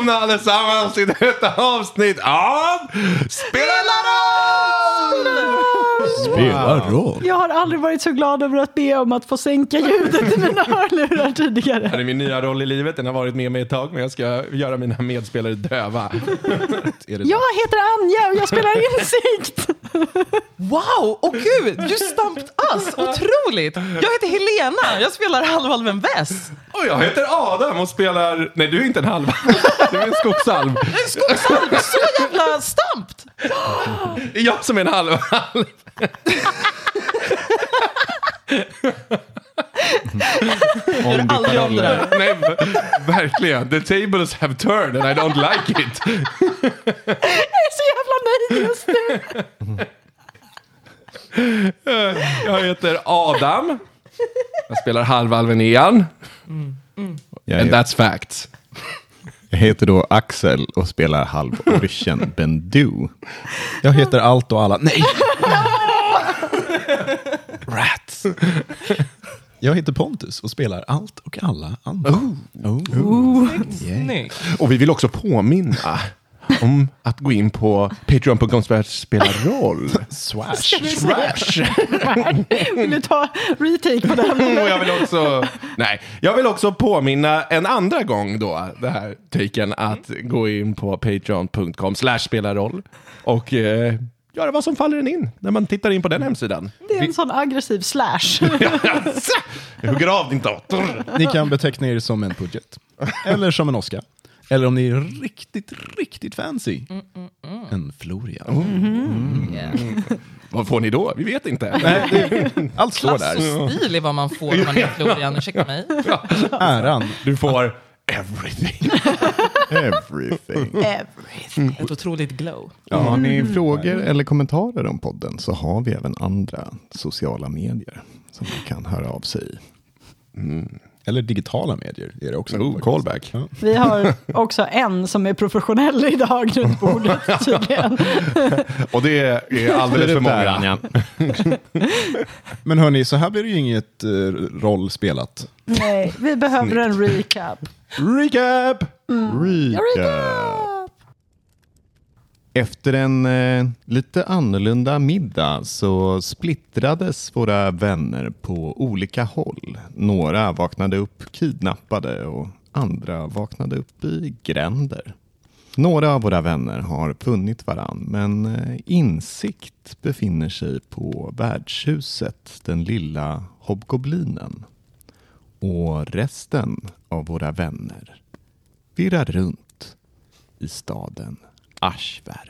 välkomna allesammans till detta avsnitt av Spela roll! Jag har aldrig varit så glad över att be om att få sänka ljudet i mina hörlurar tidigare. Det är min nya roll i livet. Den har varit med mig ett tag, men jag ska göra mina medspelare döva. Jag heter Anja och jag spelar Insikt. Wow, åh gud, you stumped us, otroligt. Jag heter Helena, jag spelar halvalven Väs. Och jag heter Adam och spelar... Nej, du är inte en halva. Du är en skogsalv. En skogsalv, så jävla stampt. Det är jag som är en halva. Om aldrig om det där. Nej, verkligen. The tables have turned and I don't like it. Jag är så jävla nöjd just nu. Jag heter Adam. Jag spelar halvalven Ian. And that's facts. Jag heter då Axel och spelar halvorchen Bendu. Jag heter allt och alla. Nej! Rats. Jag heter Pontus och spelar allt och alla andra. Snyggt. Och vi vill också påminna om att gå in på patreon.com/spelaroll. Ska vi säga? Vill du ta retake på den? Och jag vill också påminna en andra gång då, det här taken, att gå in på patreon.com/spelaroll och göra vad som faller in när man tittar in på den hemsidan. Det är en sån aggressiv slash. Hugger av din dator. Ni kan beteckna er som en budget. Eller som en Oscar. Eller om ni är riktigt, riktigt fancy. En Florian. Vad får ni då? Vi vet inte. Nej, allt står Klass där. och stil är vad man får när man är Florian, ursäkta mig. Äran. Du får everything. Everything. Ett otroligt glow. Ja, har ni frågor eller kommentarer om podden så har vi även andra sociala medier som man kan höra av sig i. Eller digitala medier är det också. Callback. Ja. Vi har också en som är professionell idag runt bordet tydligen. Och det är alldeles för många. Men hörni, så här blir det ju inget roll spelat. Nej, vi behöver en recap. Recap! Recap. Efter en lite annorlunda middag så splittrades våra vänner på olika håll. Några vaknade upp kidnappade och andra vaknade upp i gränder. Några av våra vänner har funnit varann, men Insikt befinner sig på värdshuset, den lilla hobgoblinen. Och resten av våra vänner virrar runt i staden Ashvärf.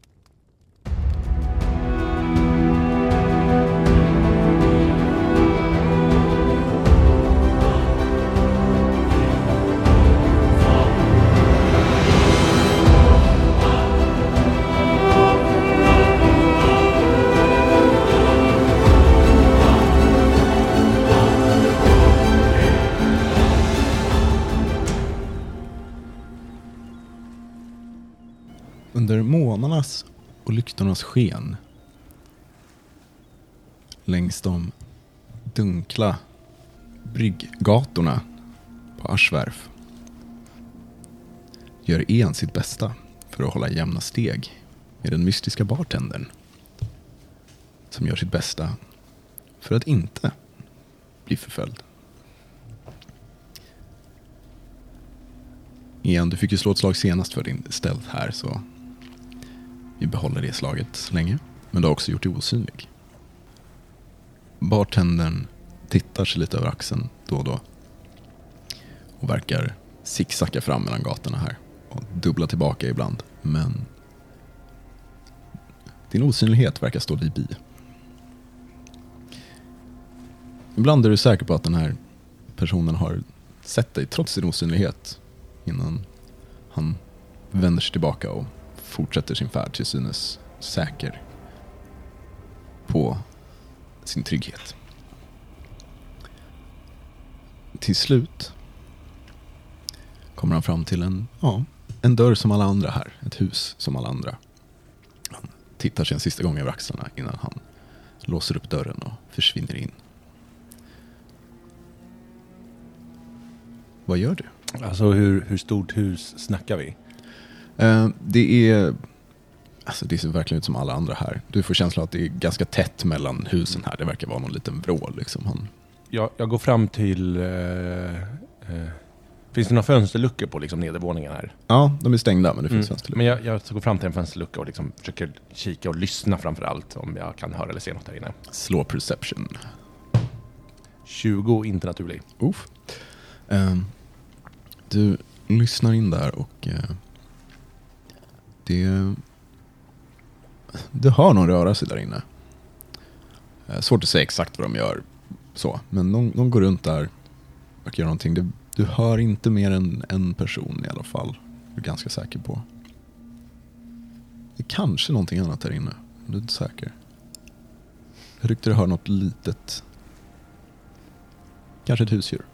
Under månarnas och lyktornas sken längs de dunkla brygggatorna på Ashvärf gör En sitt bästa för att hålla jämna steg med den mystiska bartendern som gör sitt bästa för att inte bli förföljd. En, du fick ju slå ett slag senast för din stealth här, så vi behåller det slaget länge. Men du har också gjort det osynlig. Bartendern tittar sig lite över axeln då och då. Och verkar zigzacka fram mellan gatorna här. Och dubbla tillbaka ibland. Men din osynlighet verkar stå dig bi. Ibland är du säker på att den här personen har sett dig trots sin osynlighet. Innan han vänder sig tillbaka och fortsätter sin färd till synes säker på sin trygghet. Till slut kommer han fram till en dörr som alla andra här. Ett hus som alla andra. Han tittar sig en sista gång över axlarna innan han låser upp dörren och försvinner in. Vad gör du? Alltså hur stort hus snackar vi? Det ser verkligen ut som alla andra här. Du får känslan att det är ganska tätt mellan husen här. Det verkar vara någon liten vrå liksom. Jag går fram till... finns det några fönsterluckor på liksom nedervåningen här? Ja, de är stängda, men det finns fönsterluckor. Men jag går fram till en fönsterlucka och liksom försöker kika och lyssna framför allt om jag kan höra eller se något där inne. Slå perception. 20, inte naturlig. Du lyssnar in där och du hör någon röra sig där inne. Svårt att säga exakt vad de gör så, men de går runt där och gör någonting. Du hör inte mer än en person i alla fall. Jag är ganska säker på. Det är kanske någonting annat där inne. Du är inte säker. Jag tyckte du hör något litet. Kanske ett husdjur.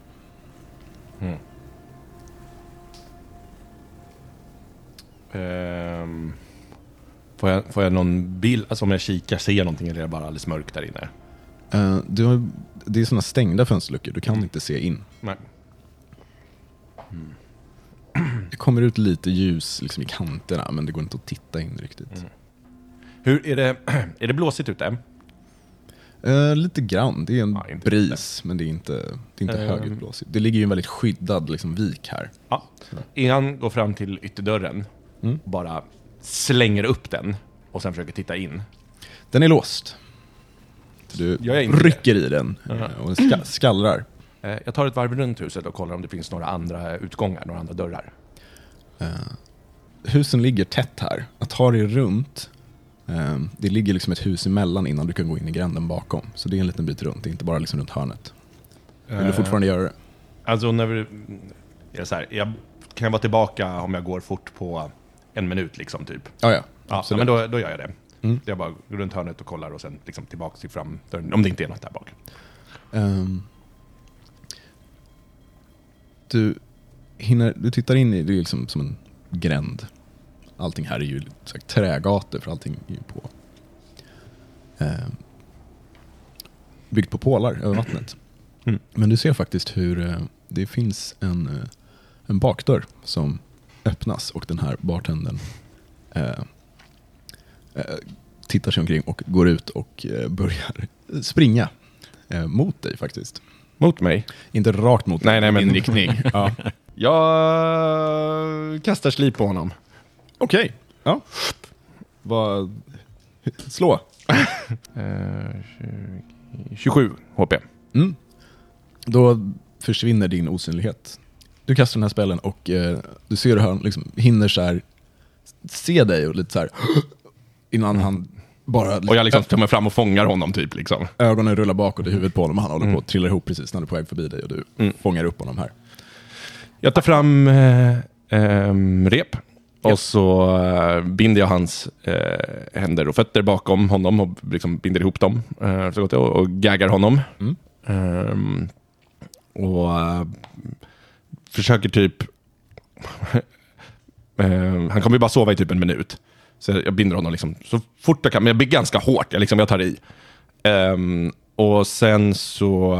Får jag någon bild, alltså om jag kikar, ser någonting eller är det bara alldeles mörkt där inne? Det är sådana stängda fönsterluckor, du kan inte se in. Nej. Det kommer ut lite ljus liksom i kanterna, men det går inte att titta in riktigt. Hur är det blåsigt ute? Lite grann, det är en inte bris, men det är inte högt blåsigt. Det ligger ju en väldigt skyddad liksom, vik här. Ja. Innan går fram till ytterdörren och bara slänger upp den och sen försöker titta in. Den är låst. Du rycker i den och skallrar. Jag tar ett varv runt huset och kollar om det finns några andra utgångar, några andra dörrar. Husen ligger tätt här. Att ha det runt, det ligger liksom ett hus emellan innan du kan gå in i gränden bakom. Så det är en liten bit runt, det är inte bara liksom runt hörnet. Vill du fortfarande göra det? Alltså jag kan vara tillbaka om jag går fort på 1 minut liksom typ. Ja, men då gör jag det. Jag bara går runt hörnet och kollar och sen liksom tillbaka till framdörren, om det inte är något där bak. Du tittar in i det är liksom som en gränd. Allting här är ju sagt, trägator, för allting är ju på byggt på pålar över vattnet. Men du ser faktiskt hur det finns en bakdörr som öppnas och den här bartendern tittar sig omkring och går ut och börjar springa mot dig faktiskt. Mot mig? Inte rakt mot dig, men din riktning. Ja. Jag kastar slip på honom. Okej. Ja. Slå. 27 HP. Då försvinner din osynlighet. Du kastar den här spelen och du ser hur han liksom hinner så här se dig och lite så här innan han bara... Och jag liksom kommer fram och fångar honom typ liksom. Ögonen rullar bakåt i huvudet på honom och han håller på att trilla ihop precis när du är på väg förbi dig och du fångar upp honom här. Jag tar fram rep och så binder jag hans händer och fötter bakom honom och liksom binder ihop dem så gott och gaggar honom. Och försöker typ han kommer ju bara sova i typ 1 minut. Så jag binder honom liksom så fort jag kan, men jag blir ganska hårt. Jag tar i. Och sen så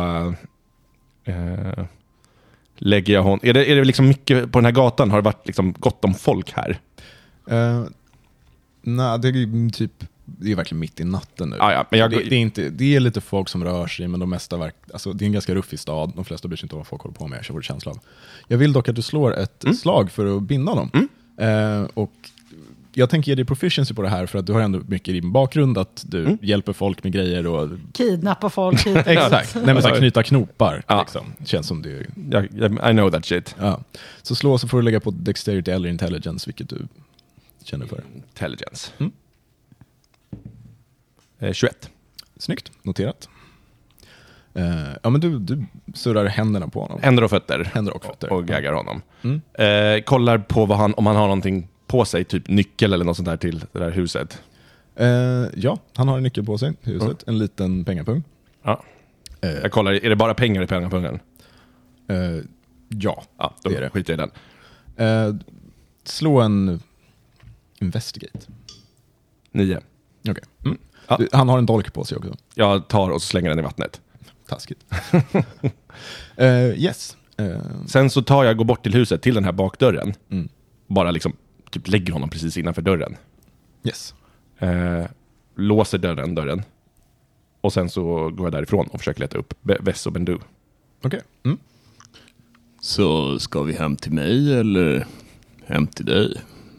lägger jag honom. Är det liksom mycket på den här gatan? Har det varit liksom gott om folk här? Nej, det är typ det är verkligen mitt i natten nu. Ja, men det är lite folk som rör sig, men de mesta alltså det är en ganska ruffig stad. De flesta bryr sig inte om vad folk håller på med. Jag får känsla av. Jag vill dock att du slår ett slag för att binda dem. Och jag tänker ge dig proficiency på det här för att du har ändå mycket i din bakgrund att du hjälper folk med grejer och kidnappa folk. Exakt. Nej, men så knyta knopar liksom. Känns som det. I know that shit. Ja. Så slå så får du lägga på dexterity eller intelligence, vilket du känner för. Intelligence. 21. Snyggt, noterat. Ja, men du surrar händerna på honom. Händer och fötter. Och gaggar honom. Kollar på om han har någonting på sig, typ nyckel eller något sånt där till det där huset. Ja, han har en nyckel på sig till huset. En liten pengapung. Ja. Jag kollar, är det bara pengar i pengapungen? Ja, då det är det. Skiter jag i den. Slå en investigate. 9. Okej. Han har en dolk på sig också. Jag tar och slänger den i vattnet. Taskigt. Yes. Sen så går bort till huset, till den här bakdörren. Bara liksom typ lägger honom precis innanför dörren. Yes. Låser dörren. Och sen så går jag därifrån och försöker leta upp Vess och Bendu. Okej. Så ska vi hem till mig eller hem till dig?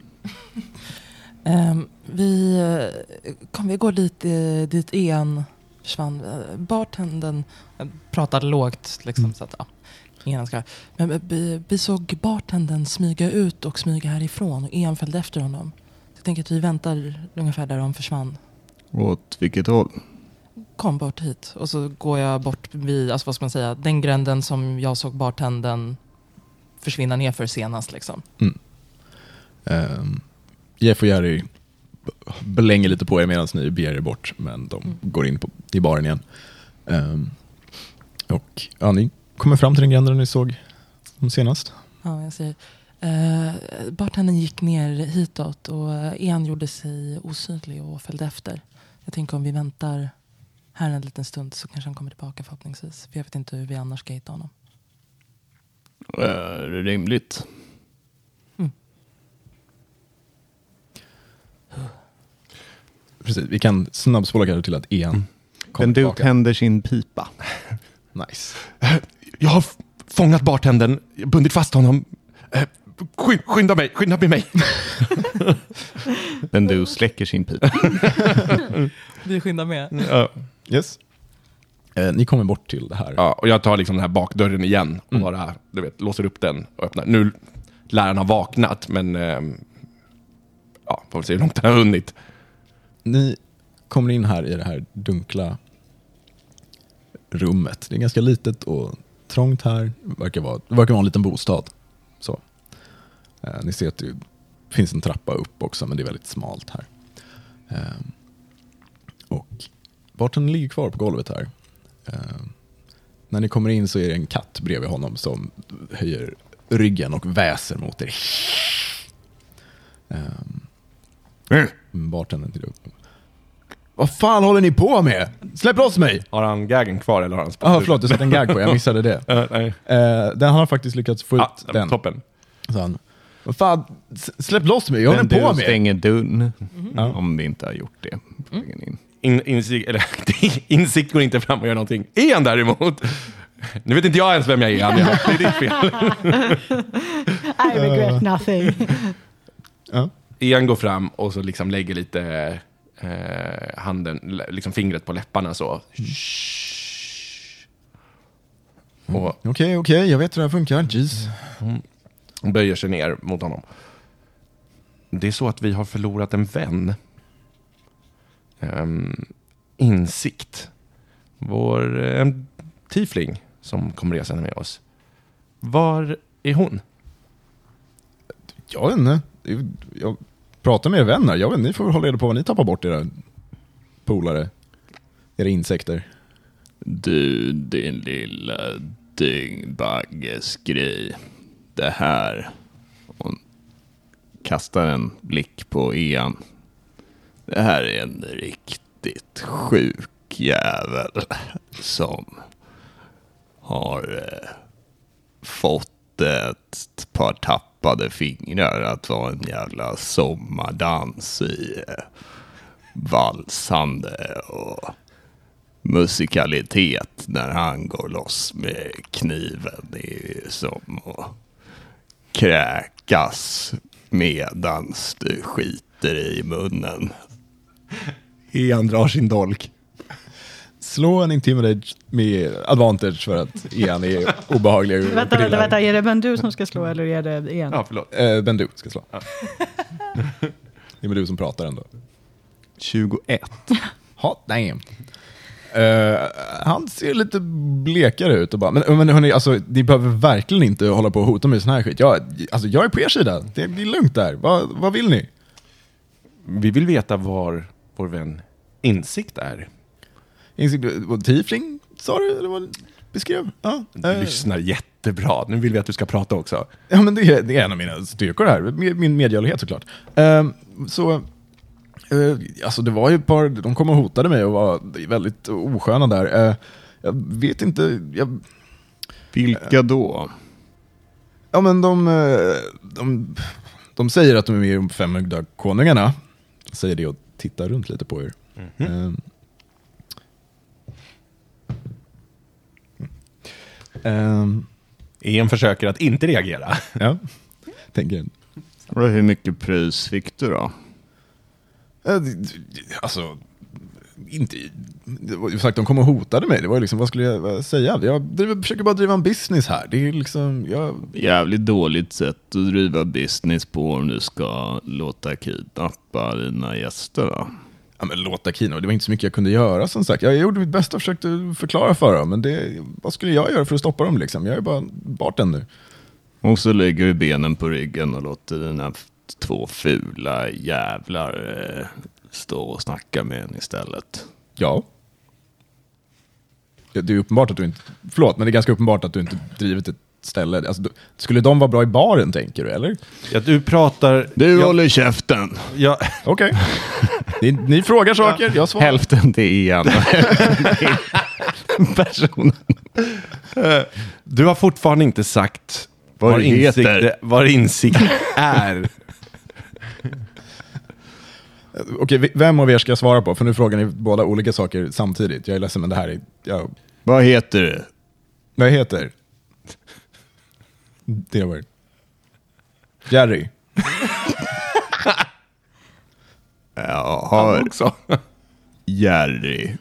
Vi går dit igen. Försvann. Bartendern pratade lågt liksom, så att ingen ska. Men vi såg bartendern smyga ut och smyga härifrån och Ian följde efter honom. Jag tänker att vi väntar ungefär där de försvann. Åt vilket håll? Kom bort hit och så går jag bort vid, alltså vad ska man säga, den gränden som jag såg bartendern försvinna ner för senast liksom. Jeff och Jerry belänger lite på er medan ni beger er bort, men de går in i baren igen. Och ni kommer fram till den gränden ni såg senast. Ja, jag säger. Bartendern gick ner hitåt och Ian gjorde sig osynlig och följde efter. Jag tänker om vi väntar här en liten stund så kanske han kommer tillbaka förhoppningsvis. För jag vet inte hur vi annars ska hitta honom. Rimligt. Precis, vi kan snabbspola kanske till att Ian kommer Men du tillbaka. tänder sin pipa. Nice. Jag har fångat bartendern, bundit fast honom. Skynda med mig. Men du släcker sin pipa. Vi skyndar med. Yes. Ni kommer bort till det här. Ja, och jag tar liksom den här bakdörren igen och bara, du vet, låser upp den och öppnar. Nu läraren har vaknat, men får vi se hur långt den har hunnit. Ni kommer in här i det här dunkla rummet. Det är ganska litet och trångt här. Det verkar vara en liten bostad. Så. Ni ser att det finns en trappa upp också, men det är väldigt smalt här. Och bartendern ligger kvar på golvet här. När ni kommer in så är det en katt bredvid honom som höjer ryggen och väser mot er. Bartendern till upp. Vad fan håller ni på med? Släpp loss mig! Har han gaggen kvar eller har han spottat? Förlåt, du satte en gag på, jag missade det. Nej. Den har faktiskt lyckats få ut den. Toppen. Så han, vad fan, släpp loss mig, jag håller Men på du med. stänger dörren Ja. om vi inte har gjort det. Insikt går inte fram och gör någonting. Ian däremot. Nu vet inte jag ens vem jag är. Ian. Det är ditt fel. I regret nothing. Ja. Ian går fram och så liksom lägger lite handen, liksom fingret på läpparna så. Och Okej, jag vet hur det här funkar. Jeez. böjer sig ner mot honom. Det är så att vi har förlorat en vän. Insikt. En tiefling som kommer resande med oss. Var är hon? Jag vet inte. Jag pratar med er vänner. Jag vet inte, ni får hålla reda på vad ni tappar bort era polare. Era insekter. Du, din lilla dyngbaggesgrej. Det här. Hon kastar en blick på Ian. Det här är en riktigt sjuk jävel som har fått ett par tappade fingrar att vara en jävla sommardans i valsande och musikalitet när han går loss med kniven. Det är som att kräkas medans du skiter i munnen. Ian drar sin dolk. Slå en intimidate med advantage för att Ian är obehaglig. Vänta, är det Bendu som ska slå eller är det Ian? Ja, förlåt. Bendu ska slå. Det är med du som pratar ändå. 21. Hot damn. Han ser lite blekare ut och bara, men hörni, alltså, ni behöver verkligen inte hålla på och hota med sån här skit. Jag är på er sida. Det blir lugnt där. Vad vill ni? Vi vill veta var vår vän Insikt är. Insikt, tiefling, sa du? Eller vad du beskrev? Ja. Du lyssnar jättebra. Nu vill vi att du ska prata också. Ja, men det är en av mina styrkor här. Min medgörlighet såklart. Alltså det var ju ett par, de kom och hotade mig och var väldigt osköna där. Jag vet inte. Vilka då? Ja, men de säger att de är med i de 5 högda konungarna. Säger det och tittar runt lite på er. En försöker att inte reagera. Ja, tänker Och hur mycket pris fick du då? alltså inte det var ju sagt de kom och hotade mig. Det var liksom, vad skulle jag säga? Försöker bara driva en business här. Det är liksom Jävligt dåligt sätt att driva business på om du ska låta kidnappa dina gäster då. Ja, men låta kino. Det var inte så mycket jag kunde göra som sagt. Jag gjorde mitt bästa och försökte förklara för dem. Men vad skulle jag göra för att stoppa dem liksom? Jag är bara bartender. Och så lägger du benen på ryggen och låter dina 2 fula jävlar stå och snacka med en istället. Ja. Det är uppenbart att du inte... Förlåt, men det är ganska uppenbart att du inte drivit ett ställe. Alltså, skulle de vara bra i baren, tänker du, eller? Ja, du pratar... Du håller käften. Ja. Okej. Ni frågar saker, jag svarar. Hälften till en. Personen. Du har fortfarande inte sagt Vad insikt är. Okej, vem av er ska jag svara på? För nu frågar ni båda olika saker samtidigt. Jag är ledsen, men det här är... Vad heter du? Vad jag heter? Det var Jerry. Jag har också. Jerry.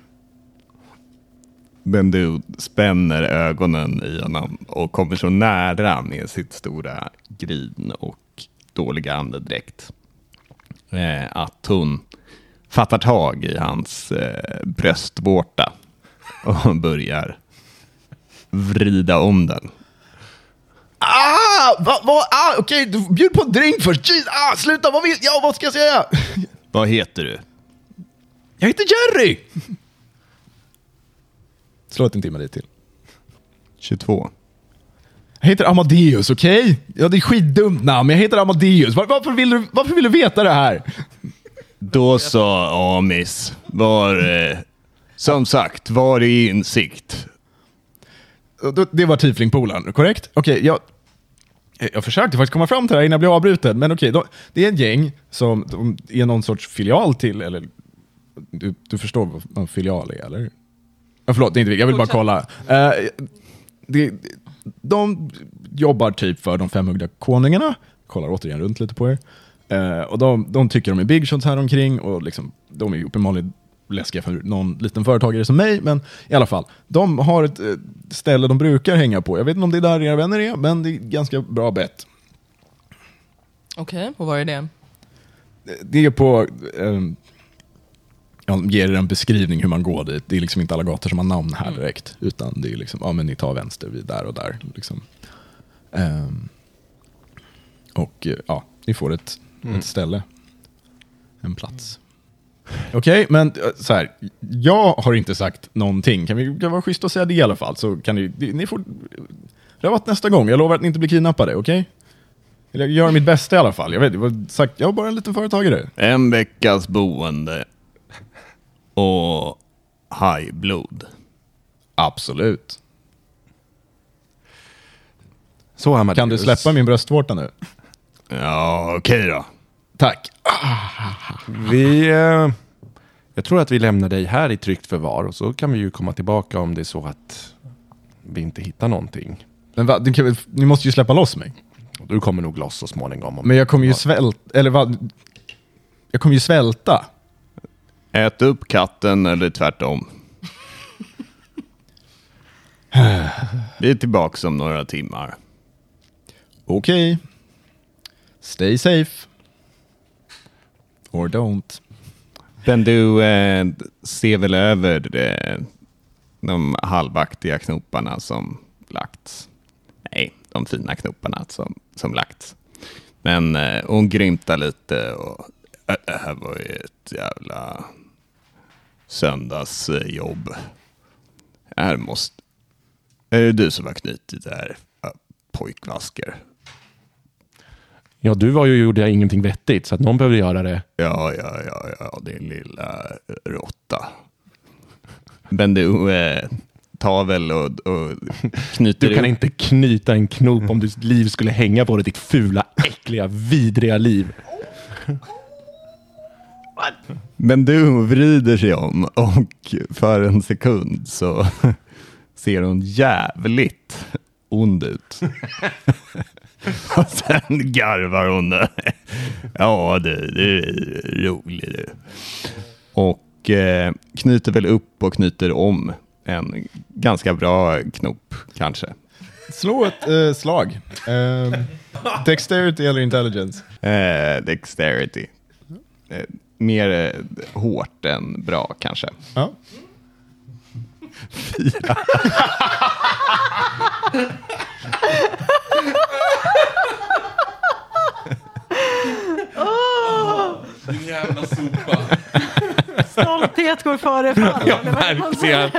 Men du spänner ögonen i honom och kommer så nära med sitt stora grin och dåliga andedräkt att hon fattar tag i hans bröstvårta och börjar vrida om den. Okej, du bjud på en drink först. Sluta, vad ska jag säga? Vad heter du? Jag heter Jerry! Slå ett en timme dit till. 22. Jag heter Amadeus, okej? Ja, det är skitdumt namn, men jag heter Amadeus. Varför vill du veta det här? Då sa Amis, som sagt, var i insikt. Det var tieflingpolaren, korrekt? Okej, jag försökte faktiskt komma fram till det här innan jag blev avbruten, men okej, det är en gäng som är någon sorts filial till, eller du förstår vad en filial är, eller? Förlåt, det är inte, jag vill bara kolla. De jobbar typ för de 5 högda konungarna. Kollar återigen runt lite på er. Och de tycker de är big shots här omkring. Och liksom, de är ju uppenbarligen läskiga för någon liten företagare som mig. Men i alla fall, de har ett ställe de brukar hänga på. Jag vet inte om det är där era vänner är, men det är ganska bra bett. Okej, och vad är det? Det är på... Jag ger er en beskrivning hur man går dit. Det är liksom inte alla gator som har namn här direkt. Utan det är liksom, men ni tar vänster vid där och där. Liksom. Ni får ett ställe. En plats. Okej, men så här. Jag har inte sagt någonting. Kan vi vara schysst och säga det i alla fall? Så kan ni får rövat nästa gång. Jag lovar att ni inte blir kidnappade, okej? Jag gör mitt bästa i alla fall. Jag var bara en liten företagare. 1 veckas boende. Och hajblod. Absolut. Så Amadeus. Kan du släppa min bröstvårta nu? Ja, okej då. Tack. Jag tror att vi lämnar dig här i tryggt förvar. Och så kan vi ju komma tillbaka om det är så att vi inte hittar någonting. Men ni måste ju släppa loss mig. Du kommer nog loss så småningom. Men jag kommer ju svälta. Eller vad? Jag kommer ju svälta. Ät upp katten eller tvärtom. Vi är tillbaka om några timmar. Okej. Stay safe. Or don't. Men du ser väl över de halvaktiga knoparna som lagts. Nej, de fina knoparna som lagts. Men hon grymtar lite och det här var ju ett jävla söndagsjobb. Är det du som har knutit där pojkvasker? Ja, du gjorde jag ingenting vettigt så att någon behövde göra det. Ja, din lilla råtta. Men du, tar väl och knyter Du kan upp. inte knyta en knop om ditt liv skulle hänga på det, ditt fula, äckliga, vidriga liv. Men du vrider sig om och för en sekund så ser hon jävligt ond ut. Och sen garvar hon. Ja, du är rolig du. Och knyter väl upp och knyter om en ganska bra knop kanske. Slå ett slag. Dexterity eller intelligence? Dexterity. Mer hårt än bra kanske. Ja. 4. Jävla sopa. Stolthet går före fall. Ja, verkligen.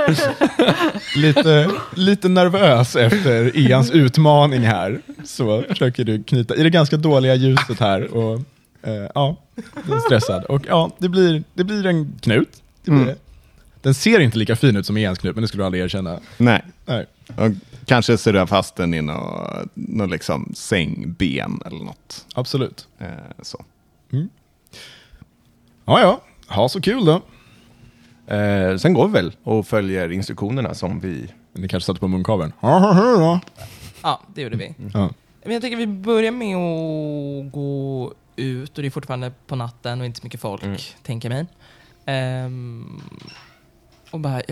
Lite nervös efter Ians utmaning här. Så försöker du knyta i det ganska dåliga ljuset här. Och ja, du är stressad. Och ja, det blir en knut. Det blir det. Den ser inte lika fin ut som Ians knut, men det skulle du aldrig erkänna. Nej. Nej. Och kanske surrar fast den i något liksom sängben eller något. Absolut. Så. Ja. Ha så kul då. Sen går vi väl och följer instruktionerna som vi... Ni kanske satte på munkaveln. Ja. Ja, det gjorde vi. Ja. Men jag tycker vi börjar med att gå ut och det är fortfarande på natten och inte så mycket folk, tänker jag mig. Och bara,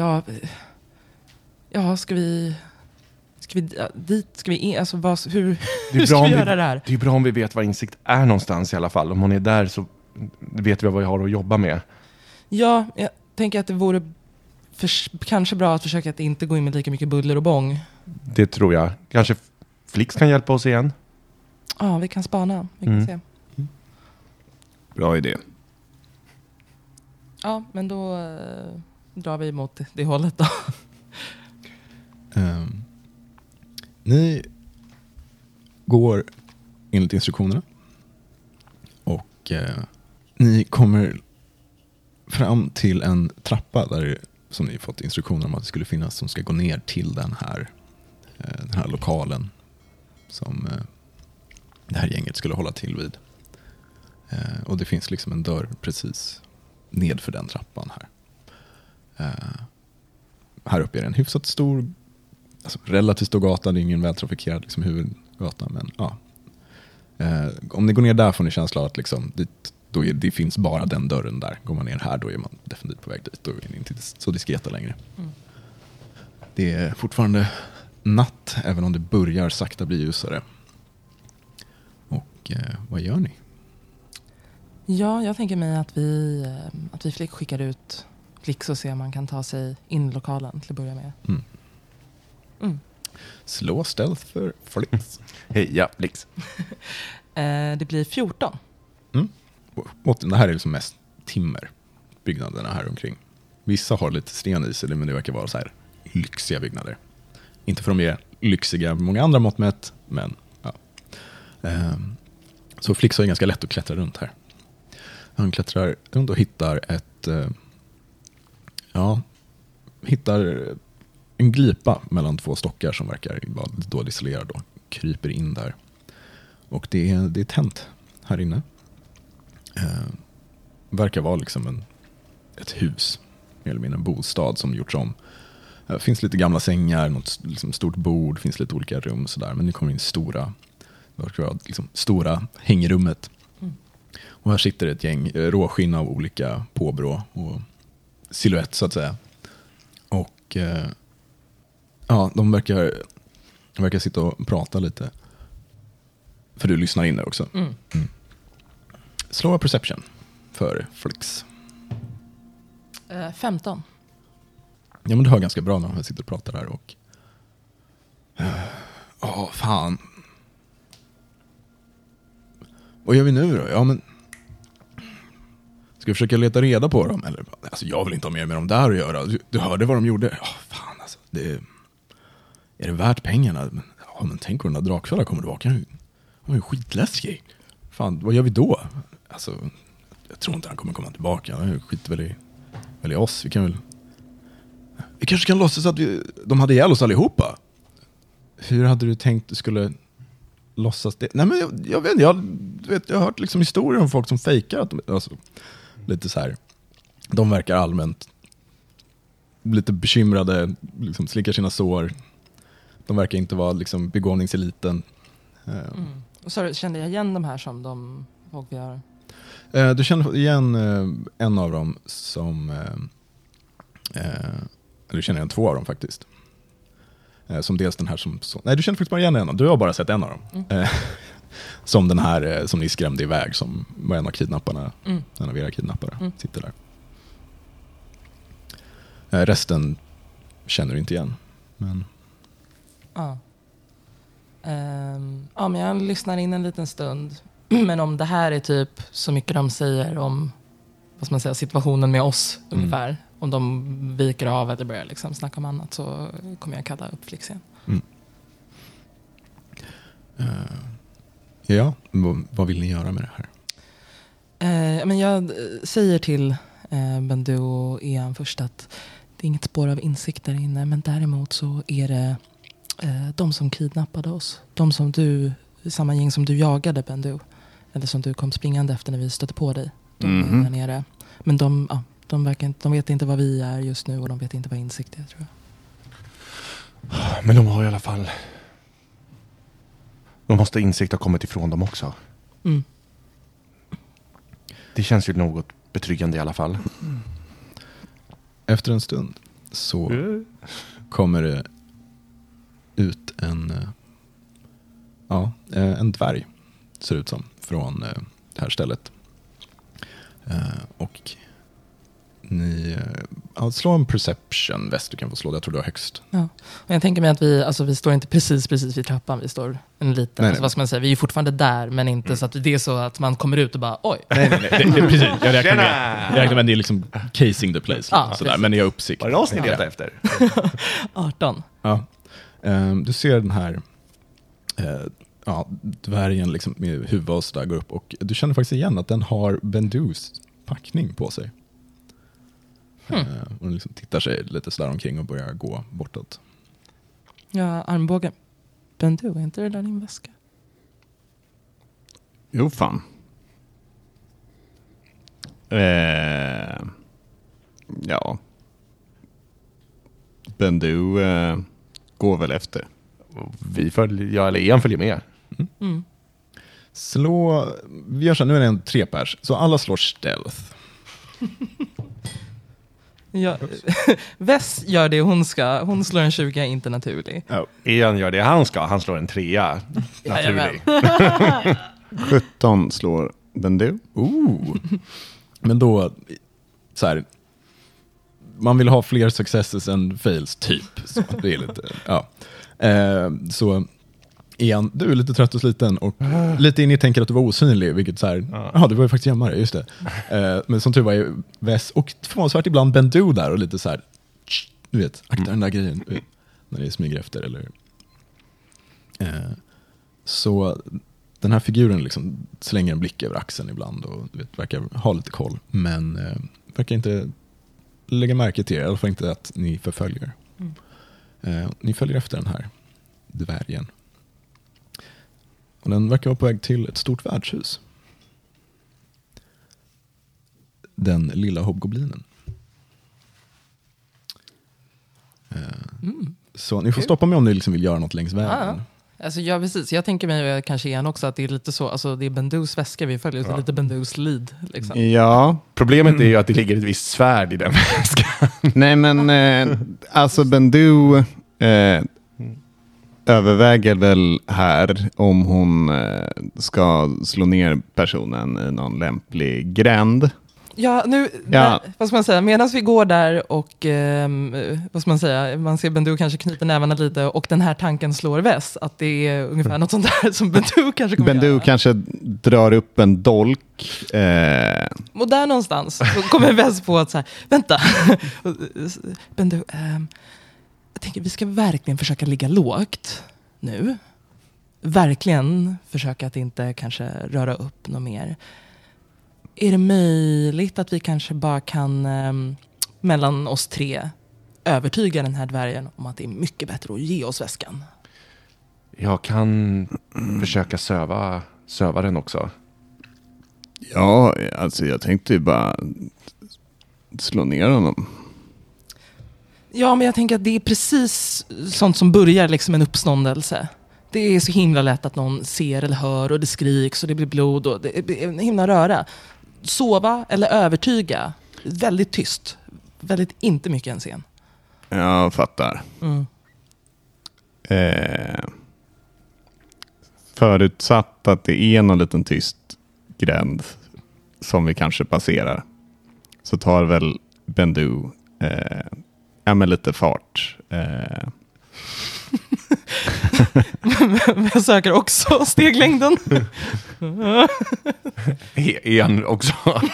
ska vi dit, ska vi in, alltså hur ska vi göra det här? Det är bra om vi vet var Insikt är någonstans i alla fall. Om hon är där så vet vi vad vi har att jobba med. Ja, jag tänker att det vore kanske bra att försöka att inte gå in med lika mycket buller och bång. Det tror jag. Kanske Flix kan hjälpa oss igen. Ja, vi kan spana. Vi kan se. Bra idé. Ja, men då drar vi mot det hållet då. Ni går enligt instruktionerna. Och ni kommer fram till en trappa där som ni fått instruktioner om att det skulle finnas som ska gå ner till den här lokalen som det här gänget skulle hålla till vid. Och det finns liksom en dörr precis nedför den trappan här. Här uppe är det en hyfsat stor, alltså relativt stor gata. Det är ingen vältrafikerad liksom huvudgata, men ja. Om ni går ner där får ni känsla av att liksom, det finns bara den dörren där. Går man ner här då är man definitivt på väg dit. Då är ni inte så diskreta längre. Det är fortfarande natt, även om det börjar sakta bli ljusare. Och vad gör ni? Ja, jag tänker mig att vi skickar ut Flix och ser om man kan ta sig in i lokalen till att börja med. Slå stealth för Flix. Heja, Flix. Det blir 14. Det här är liksom mest timmer, byggnaderna här omkring. Vissa har lite sten i sig, men det verkar vara så här lyxiga byggnader. Inte för de är lyxiga med många andra mått mätt, men ja. Så Flix har ganska lätt att klättra runt här. Han klättrar runt och hittar hittar en glipa mellan två stockar som verkar vara dåligt isolerad och kryper in där. Och det är tänt här inne. Verkar vara liksom ett hus, mer eller mindre en bostad som gjorts om. Det finns lite gamla sängar, något liksom stort bord, finns lite olika rum sådär, men det kommer in stora hängrummet. Och här sitter ett gäng råskinn av olika påbrå och silhuett så att säga. Och de verkar sitta och prata lite. För du lyssnar in där också. Slå perception för Flix. 15. Ja, men du hör ganska bra när han sitter och pratar där. Och fan. Vad gör vi nu då? Ja, men ska vi försöka leta reda på dem? Eller, alltså, jag vill inte ha mer med dem där att göra. Du hörde vad de gjorde. Fan alltså. Är det värt pengarna? Men tänk om den där drakfällan kommer tillbaka. Han var ju skitläskig. Fan, vad gör vi då? Alltså, jag tror inte han kommer komma tillbaka. Han skiter väl i oss. Vi kan väl Vi kanske kan låtsas att de hade ihjäl oss allihopa. Hur hade du tänkt du skulle låtsas det? Nej, men jag vet inte. Jag har hört liksom historier om folk som fejkar att de, alltså, lite så här. De verkar allmänt lite bekymrade, liksom slickar sina sår. De verkar inte vara liksom begåvningseliten. Och så kände jag igen de här som de folk vi har. Du känner igen en av dem som du känner igen 2 av dem faktiskt. Som dels den här som nej, du känner faktiskt bara igen en av dem. Du har bara sett en av dem. Som den här som ni skrämde iväg, som var en av kidnapparna. En av era kidnappare sitter där. Resten känner du inte igen. Men men jag lyssnar in en liten stund. Men om det här är typ så mycket de säger om, vad ska man säga, situationen med oss ungefär. Om de viker av eller börjar liksom snacka om annat, så kommer jag kalla upp Flix igen. Ja, vad vill ni göra med det här? Men jag säger till Bendu och Ian först att det är inget spår av insikt där inne, men däremot så är det de som kidnappade oss. De som du, samma gäng som du jagade, Bendu. Eller som du kom springande efter när vi stötte på dig. De är där nere. Men de vet inte vad vi är just nu, och de vet inte vad insikt är, tror jag. Men de har i alla fall... De måste insikt ha kommit ifrån dem också. Det känns ju något betryggande i alla fall. Efter en stund så kommer det ut en dvärg, ser ut som, från det här stället. Och ni slår en perception, Väst, du kan få slå det, jag tror du har högst. Ja. Och jag tänker mig att vi står inte precis vid trappan, vi står en liten, nej. vad ska man säga, vi är ju fortfarande där, men inte så att det är så att man kommer ut och bara, oj. Nej, det precis. Jag räknar med det är liksom casing the place. Sådär, men ni har uppsikt. Vad är det oss ni letar efter? 18. Ja. Du ser den här dvärgen liksom med huvud och så där går upp, och du känner faktiskt igen att den har Bendus packning på sig. Och den liksom tittar sig lite sådär omkring och börjar gå bortåt. Ja, armbåge. Bendu, är inte det där din väska? Jo, fan. Ja. Bendu går väl efter. Ian följer med. Vi gör så här, nu är det en 3-pers, så alla slår stealth. Ja, Vess gör det hon ska. Hon slår en 20, inte naturlig. Ian gör det han ska. Han slår en 3. Naturlig. 17 slår Bendu. Men då så här, man vill ha fler successes än fails, typ. Så det är lite, så Ian, du är lite trött och sliten, och lite in i tänker att du var osynlig, vilket så här, du var ju faktiskt gömmare, just det. Men som tur var ju Vess och förvånansvärt ibland Bendu där, och lite så här, du vet, akta den där grejen när det smyger efter, eller så den här figuren liksom slänger en blick över axeln ibland, och du vet, verkar ha lite koll, men verkar inte lägga märke till er, i alla fall inte att ni förföljer. Ni följer efter den här dvärgen. Och den verkar vara på väg till ett stort värdshus. Den lilla hobgoblinen. Så ni får stoppa mig om ni liksom vill göra något längs vägen. Alltså, ja, precis. Jag tänker mig kanske igen också att det är lite så, alltså det är Bendus väska vi följer, så lite Bendus lead. Liksom. Ja. Problemet är ju att det ligger ett visst svärd i den väskan. Nej, men alltså Bendu överväger väl här om hon ska slå ner personen i någon lämplig gränd. Ja, vad ska man säga, medan vi går där och vad ska man säga, man ser Bendu kanske knyter nävarna lite, och den här tanken slår Väss, att det är ungefär något sånt där som Bendu kanske kommer Bendu göra. kanske drar upp en dolk. Och där någonstans så kommer Väss på att så här, vänta, Bendu, jag tänker vi ska verkligen försöka ligga lågt nu. Verkligen försöka att inte kanske röra upp något mer. Är det möjligt att vi kanske bara kan mellan oss 3 övertyga den här dvärgen om att det är mycket bättre att ge oss väskan. Jag kan försöka söva den också. Ja, alltså jag tänkte ju bara slå ner honom. Ja, men jag tänker att det är precis sånt som börjar liksom en uppståndelse. Det är så himla lätt att någon ser eller hör och det skriks och det blir blod och det är en himla röra. Sova eller övertyga, väldigt tyst. Väldigt inte mycket en scen. Jag fattar. Mm. Förutsatt att det är någon liten tyst gränd som vi kanske passerar, så tar väl Bendu med lite fart. Jag söker också steglängden. En också.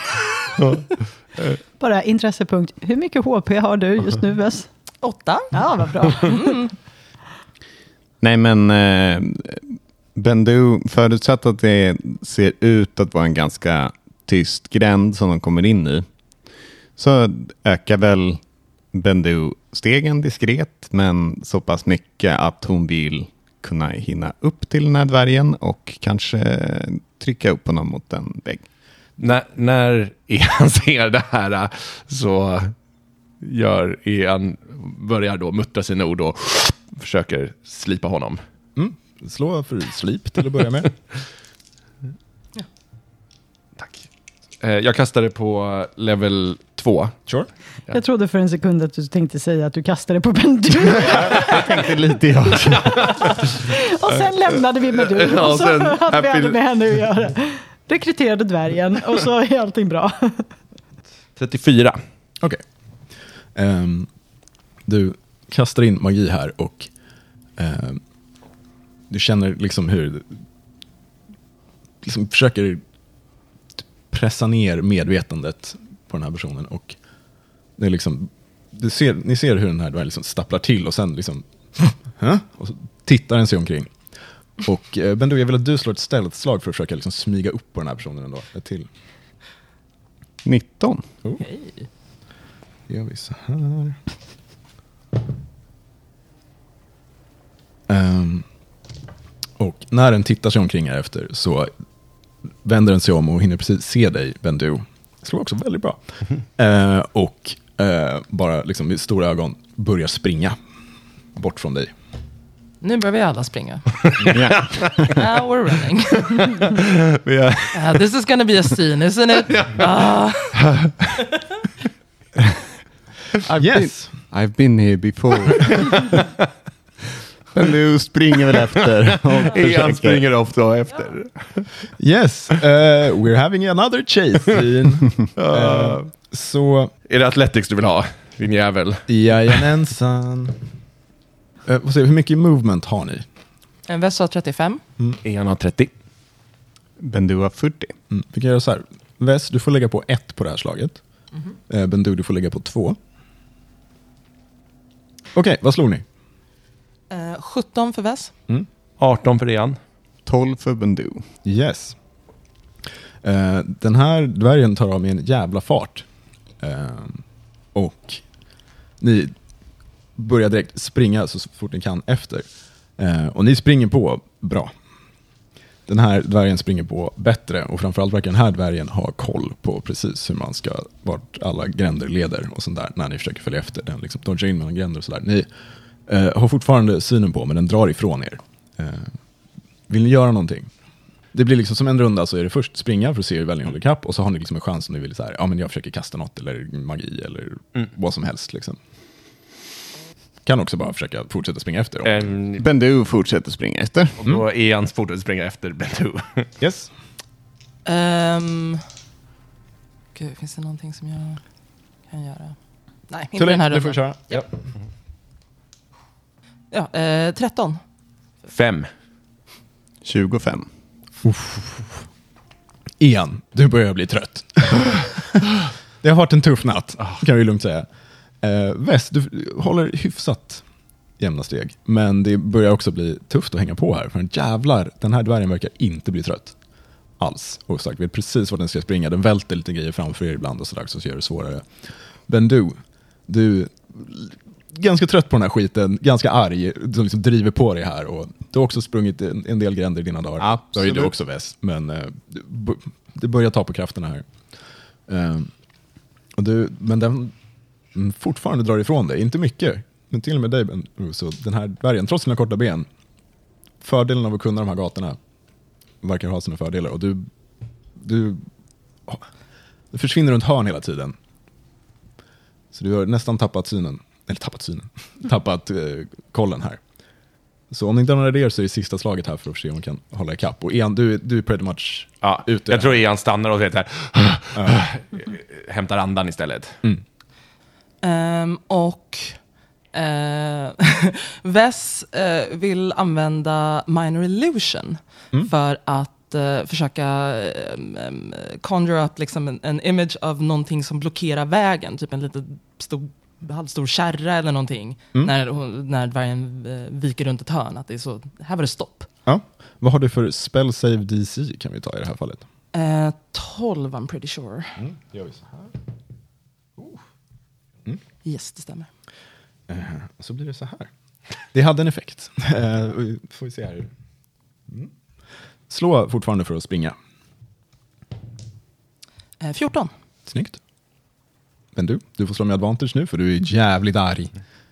Bara intressepunkt. Hur mycket HP har du just nu, Wes? 8. Ja, vad bra. Nej, men Bendu, förutsatt att det ser ut att vara en ganska tyst gränd som de kommer in i, så ökar väl Bendu stegen diskret, men så pass mycket att hon vill kunna hinna upp till den här dvärgen och kanske trycka upp honom mot en vägg. När Ian ser det här så börjar då muttra sina ord och försöker slipa honom. Slå för slip till att börja med. Tack. Jag kastade på level 2. Sure. Jag trodde för en sekund att du tänkte säga att du kastade på Bendu. Jag tänkte lite jag. Och sen lämnade vi med du. Och så hade vi aldrig med henne att göra. Rekryterade dvärgen och så är allting bra. 34. Okej. Du kastar in magi här och du känner liksom hur du liksom försöker pressa ner medvetandet på den här personen, och det är liksom, ni ser hur den här liksom stapplar till och sen liksom och så tittar den sig omkring. Och Bendu, jag vill att du slår ett stealth-slag för att försöka liksom smyga upp på den här personen ändå. Ett till. 19. Hej. Gör vi så här. Och när den tittar sig omkring här efter så vänder den sig om och hinner precis se dig, Bendu. Slår också väldigt bra. Och bara liksom med stora ögon börjar springa bort från dig. Nu börjar vi alla springa. Yeah. Now we're running. This is gonna be a scene, isn't it? I've been here before. Men du springer väl efter. Ian springer ofta efter. Yes, we're having another chase scene. Så... Är det Athletics du vill ha, din jävel? Jajamensan. Hur mycket movement har ni? En väst har 35. Ian har 30. Bendu har 40. Vi kan göra så här. Väst, du får lägga på 1 på det här slaget. Bendu, du får lägga på 2. Okej, vad slår ni? 17 för väst. 18 för Ian. 12 för Bendu. Yes. Den här dvärgen tar av med en jävla fart. Och ni börjar direkt springa så fort ni kan efter. Och ni springer på bra. Den här dvärgen springer på bättre, och framförallt verkar den här dvärgen ha koll på precis hur man ska, vart alla gränder leder och sånt där, när ni försöker följa efter den, liksom dodga in mellan gränder och sådär. Ni har fortfarande synen på, men den drar ifrån er. Vill ni göra någonting? Det blir liksom som en runda, så är det först springa för att se hur väl ni håller kapp, och så har ni liksom en chans om ni vill så här, ja men jag försöker kasta något eller magi eller vad som helst liksom. Kan också bara försöka fortsätta springa efter. Bendu fortsätter springa efter. Och då är Ian fortsätter springa efter Bendu. Yes. Gud, finns det någonting som jag kan göra? Nej, inte Så den här du får rundan. köra. Ja. Ja, 13. 5. 25. Ian, du börjar bli trött. Det har varit en tuff natt, kan vi lugnt säga. Väst, du håller hyfsat jämna steg. Men det börjar också bli tufft att hänga på här. För en jävlar, den här dvärgen verkar inte bli trött alls. Och sagt, vet precis vart den ska springa. Den välter lite grejer framför er ibland och så gör det svårare. Bendu, du ganska trött på den här skiten, ganska arg, som liksom driver på dig här. Och du har också sprungit en del gränder i dina dagar. Absolut. Det har ju du också, Wes. Men det börjar ta på krafterna här. Men den fortfarande drar ifrån dig. Inte mycket, men till och med dig. Så den här dvärgen, trots sina korta ben, fördelen av att kunna de här gatorna verkar ha sina fördelar. Och du försvinner runt hörn hela tiden. Så du har nästan tappat kollen här. Så om ni inte har några idéer så är det sista slaget här för att se om man kan hålla ikapp. Och Ian, du är pretty much ute. Jag tror Ian stannar och vet hämtar andan istället. Wes vill använda Minor Illusion för att försöka conjure up liksom en image av någonting som blockerar vägen, typ en liten halvstor kärra eller någonting, när dvärgen viker runt ett hörn, att det är så, här var det stopp. Ja. Vad har du för spell save DC kan vi ta i det här fallet? 12, I'm pretty sure. Det gör vi så här. Yes, det stämmer. Så blir det så här. Det hade en effekt. Får vi se här. Slå fortfarande för att springa. 14. Snyggt. Men du får slå med advantage nu för du är jävligt arg.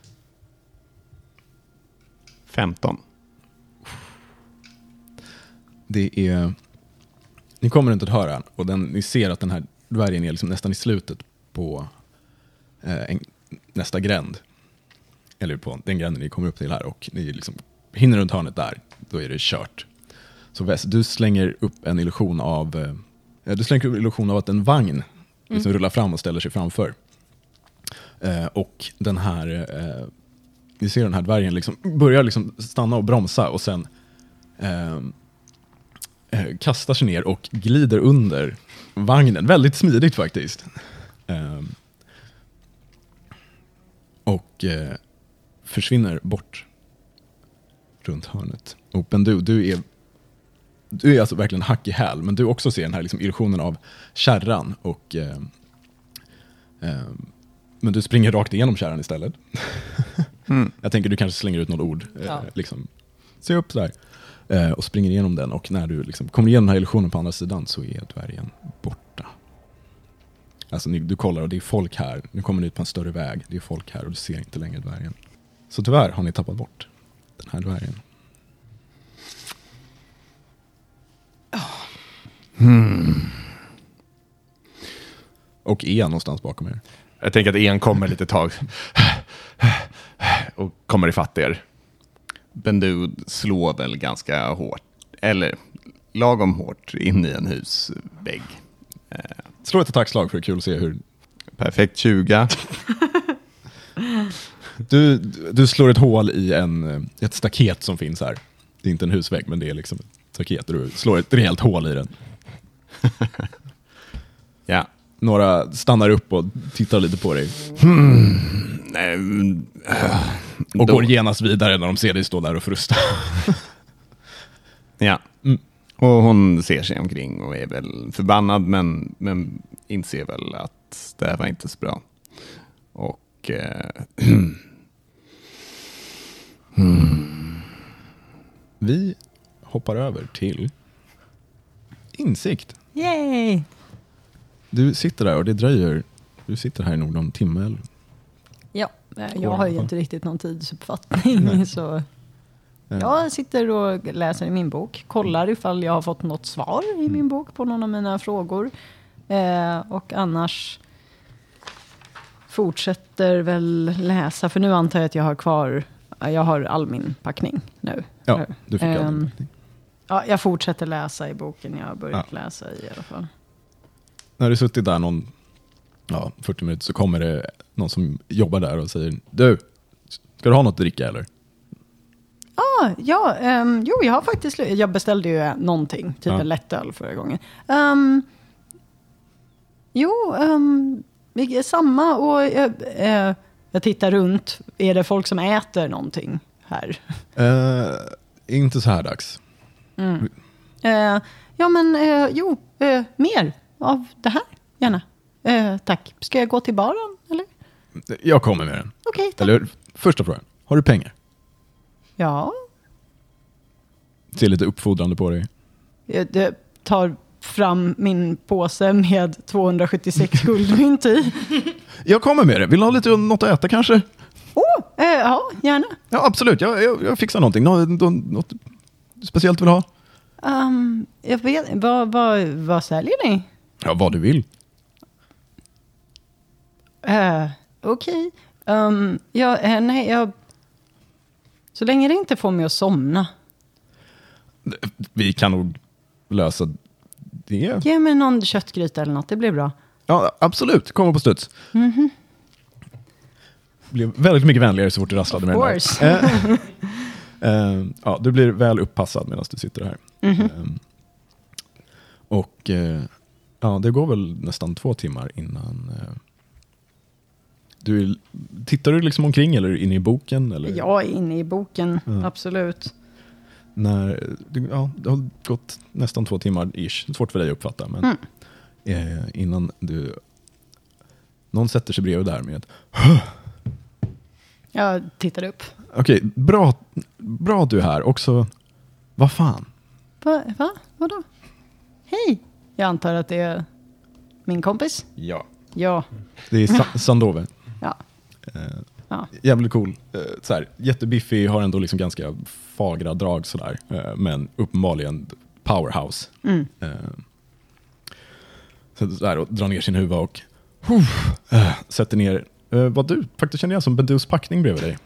15. Det är... Ni kommer inte att höra och ni ser att den här dvärgen är liksom nästan i slutet på nästa gränd. Eller på den gränden ni kommer upp till här, och ni liksom hinner runt hörnet där, då är det kört. Så Wes, du slänger upp en illusion av att en vagn liksom rullar fram och ställer sig framför. Och den här ni ser den här dvärgen liksom börjar liksom stanna och bromsa och sen kastar sig ner och glider under vagnen. Väldigt smidigt faktiskt. Och försvinner bort runt hörnet. Och Ben, du är alltså verkligen hack i häl, men du också ser den här liksom illusionen av kärran och men du springer rakt igenom kärran istället. Jag tänker du kanske slänger ut något ord. Liksom. Se upp där. Och springer igenom den, och när du liksom kommer igenom den här illusionen på andra sidan så är dvärgen borta. Alltså du kollar och det är folk här. Nu kommer ni ut på en större väg. Det är folk här och du ser inte längre dvärgen. Så tyvärr har ni tappat bort den här dvärgen. Och Ian någonstans bakom er. Jag tänker att Ian kommer lite tag och kommer ifatt er. Bendu slår väl ganska hårt, eller lagom hårt in i en husvägg. Slå ett attackslag för att det är kul att se hur... Perfekt 20. Du slår ett hål i ett staket som finns här. Det är inte en husvägg, men det är liksom ett staket. Du slår ett rejält hål i den. Ja. Några stannar upp och tittar lite på dig. Och går genast vidare när de ser dig stå där och frusta. Ja. Och hon ser sig omkring och är väl förbannad, men inser väl att det här var inte så bra. Och vi hoppar över till insikt. Yay! Du sitter där och det dröjer. Du sitter här i någon timme eller? Ja, jag har ju inte riktigt någon tidsuppfattning. Så jag sitter och läser i min bok. Kollar ifall jag har fått något svar i min bok på någon av mina frågor. Och annars fortsätter väl läsa. För nu antar jag att jag har all min packning nu. Ja, du fick all din packning. Ja, jag fortsätter läsa i boken jag har börjat läsa i alla fall. När du suttit där 40 minuter så kommer det någon som jobbar där och säger: Du, ska du ha något att dricka eller? Jo, jag har faktiskt... Jag beställde ju någonting, typ en lättöl förra gången. Samma, och jag tittar runt. Är det folk som äter någonting här? Inte så här dags. Mer av det här, gärna. Tack. Ska jag gå till baren, eller? Jag kommer med den. Okej, tack. Eller Första frågan. Har du pengar? Ja, Ser lite uppfordrande på dig. jag tar fram min påse med 276 guldmynt i. Jag kommer med det. Vill du ha lite något att äta kanske? Ja, gärna. Ja, absolut. Jag fixar någonting. Något speciellt vill du ha? Jag vet, vad säljer ni? Ja, vad du vill. Okej. Så länge det inte får mig att somna. Vi kan nog lösa det. Ge mig någon köttgryta eller något, det blir bra. Ja, absolut. Kommer på studs. Blev väldigt mycket vänligare så fort du rasslade med den där. Ja, du blir väl uppassad medan du sitter här. Och ja, det går väl nästan 2 timmar innan tittar du liksom omkring eller inne i boken? Eller? Jag är inne i boken, absolut. Det har gått nästan 2 timmar ish. Det är svårt för dig att uppfatta. Men innan någon sätter sig bredvid där med Jag tittar upp. Okej, bra att du är här. Också, vad fan? Va? Vadå? Hej! Jag antar att det är min kompis? Ja. Ja. Det är Sandove. Ja. Ja. Jävligt cool. Så här, jättebiffig, har ändå liksom ganska fagra drag sådär. Men uppenbarligen powerhouse. Så här, och drar ner sin huvud och sätter ner vad du faktiskt känner jag som Bendus packning bredvid dig.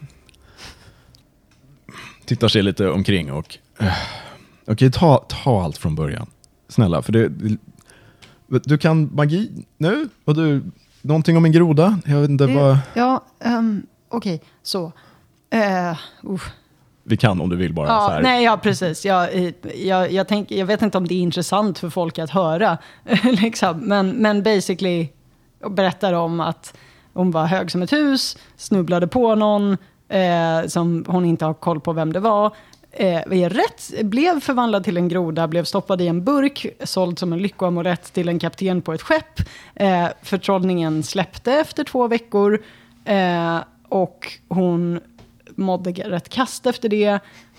Tittar sig lite omkring och okej, ta allt från början. Snälla, för du kan magi nu? Och du, någonting om en groda? Jag vet inte vad... Ja, okej, så. Vi kan om du vill bara Ja, så här. nej, ja, precis. Jag vet inte om det är intressant för folk att höra. Liksom. Men basically berättar om att hon var hög som ett hus, snubblade på någon som hon inte har koll på vem det var. Blev förvandlad till en groda, blev stoppad i en burk, såld som en lyckoamulett till en kapten på ett skepp. Förtrollningen släppte efter 2 veckor och hon mådde rätt kast efter det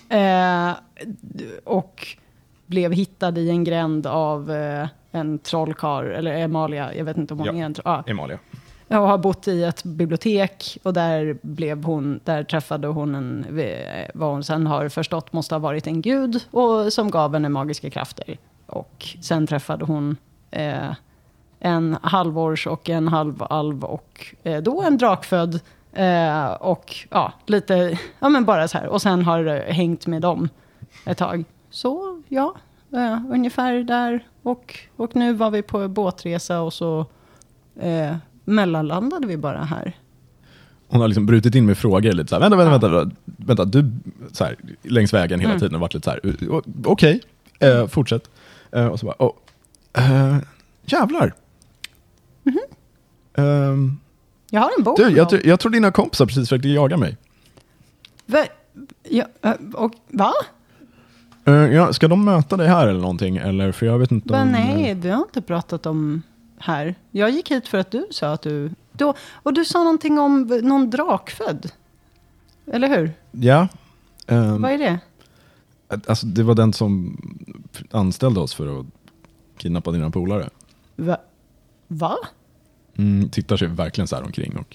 och blev hittad i en gränd av en trollkar, eller Emalia, jag vet inte om hon är en Emalia. Jag har bott i ett bibliotek och där träffade hon vad hon sen har förstått måste ha varit en gud och som gav henne magiska krafter. Och sen träffade hon en halvårs och en halvalv och då en drakfödd och ja, lite, ja men bara så här. Och sen har det hängt med dem ett tag. Så ja, ungefär där. Och nu var vi på båtresa och så mellanlandade vi bara här. Hon har liksom brutit in med frågor lite så här, vänta, du så här, längs vägen hela tiden och varit lite så här, okej, fortsätt. Och så bara, jävlar. Jag har en bok. Du, jag tror dina kompisar precis försökte jaga mig. Va? Ja, ska de möta dig här eller någonting? Eller, för jag vet inte om... Nej, vi har inte pratat om här. Jag gick hit för att du sa att du... Och du sa någonting om någon drakfödd. Eller hur? Ja. Vad är det? Alltså, det var den som anställde oss för att kidnappa dina polare. Va? Tittar sig verkligen så här omkring och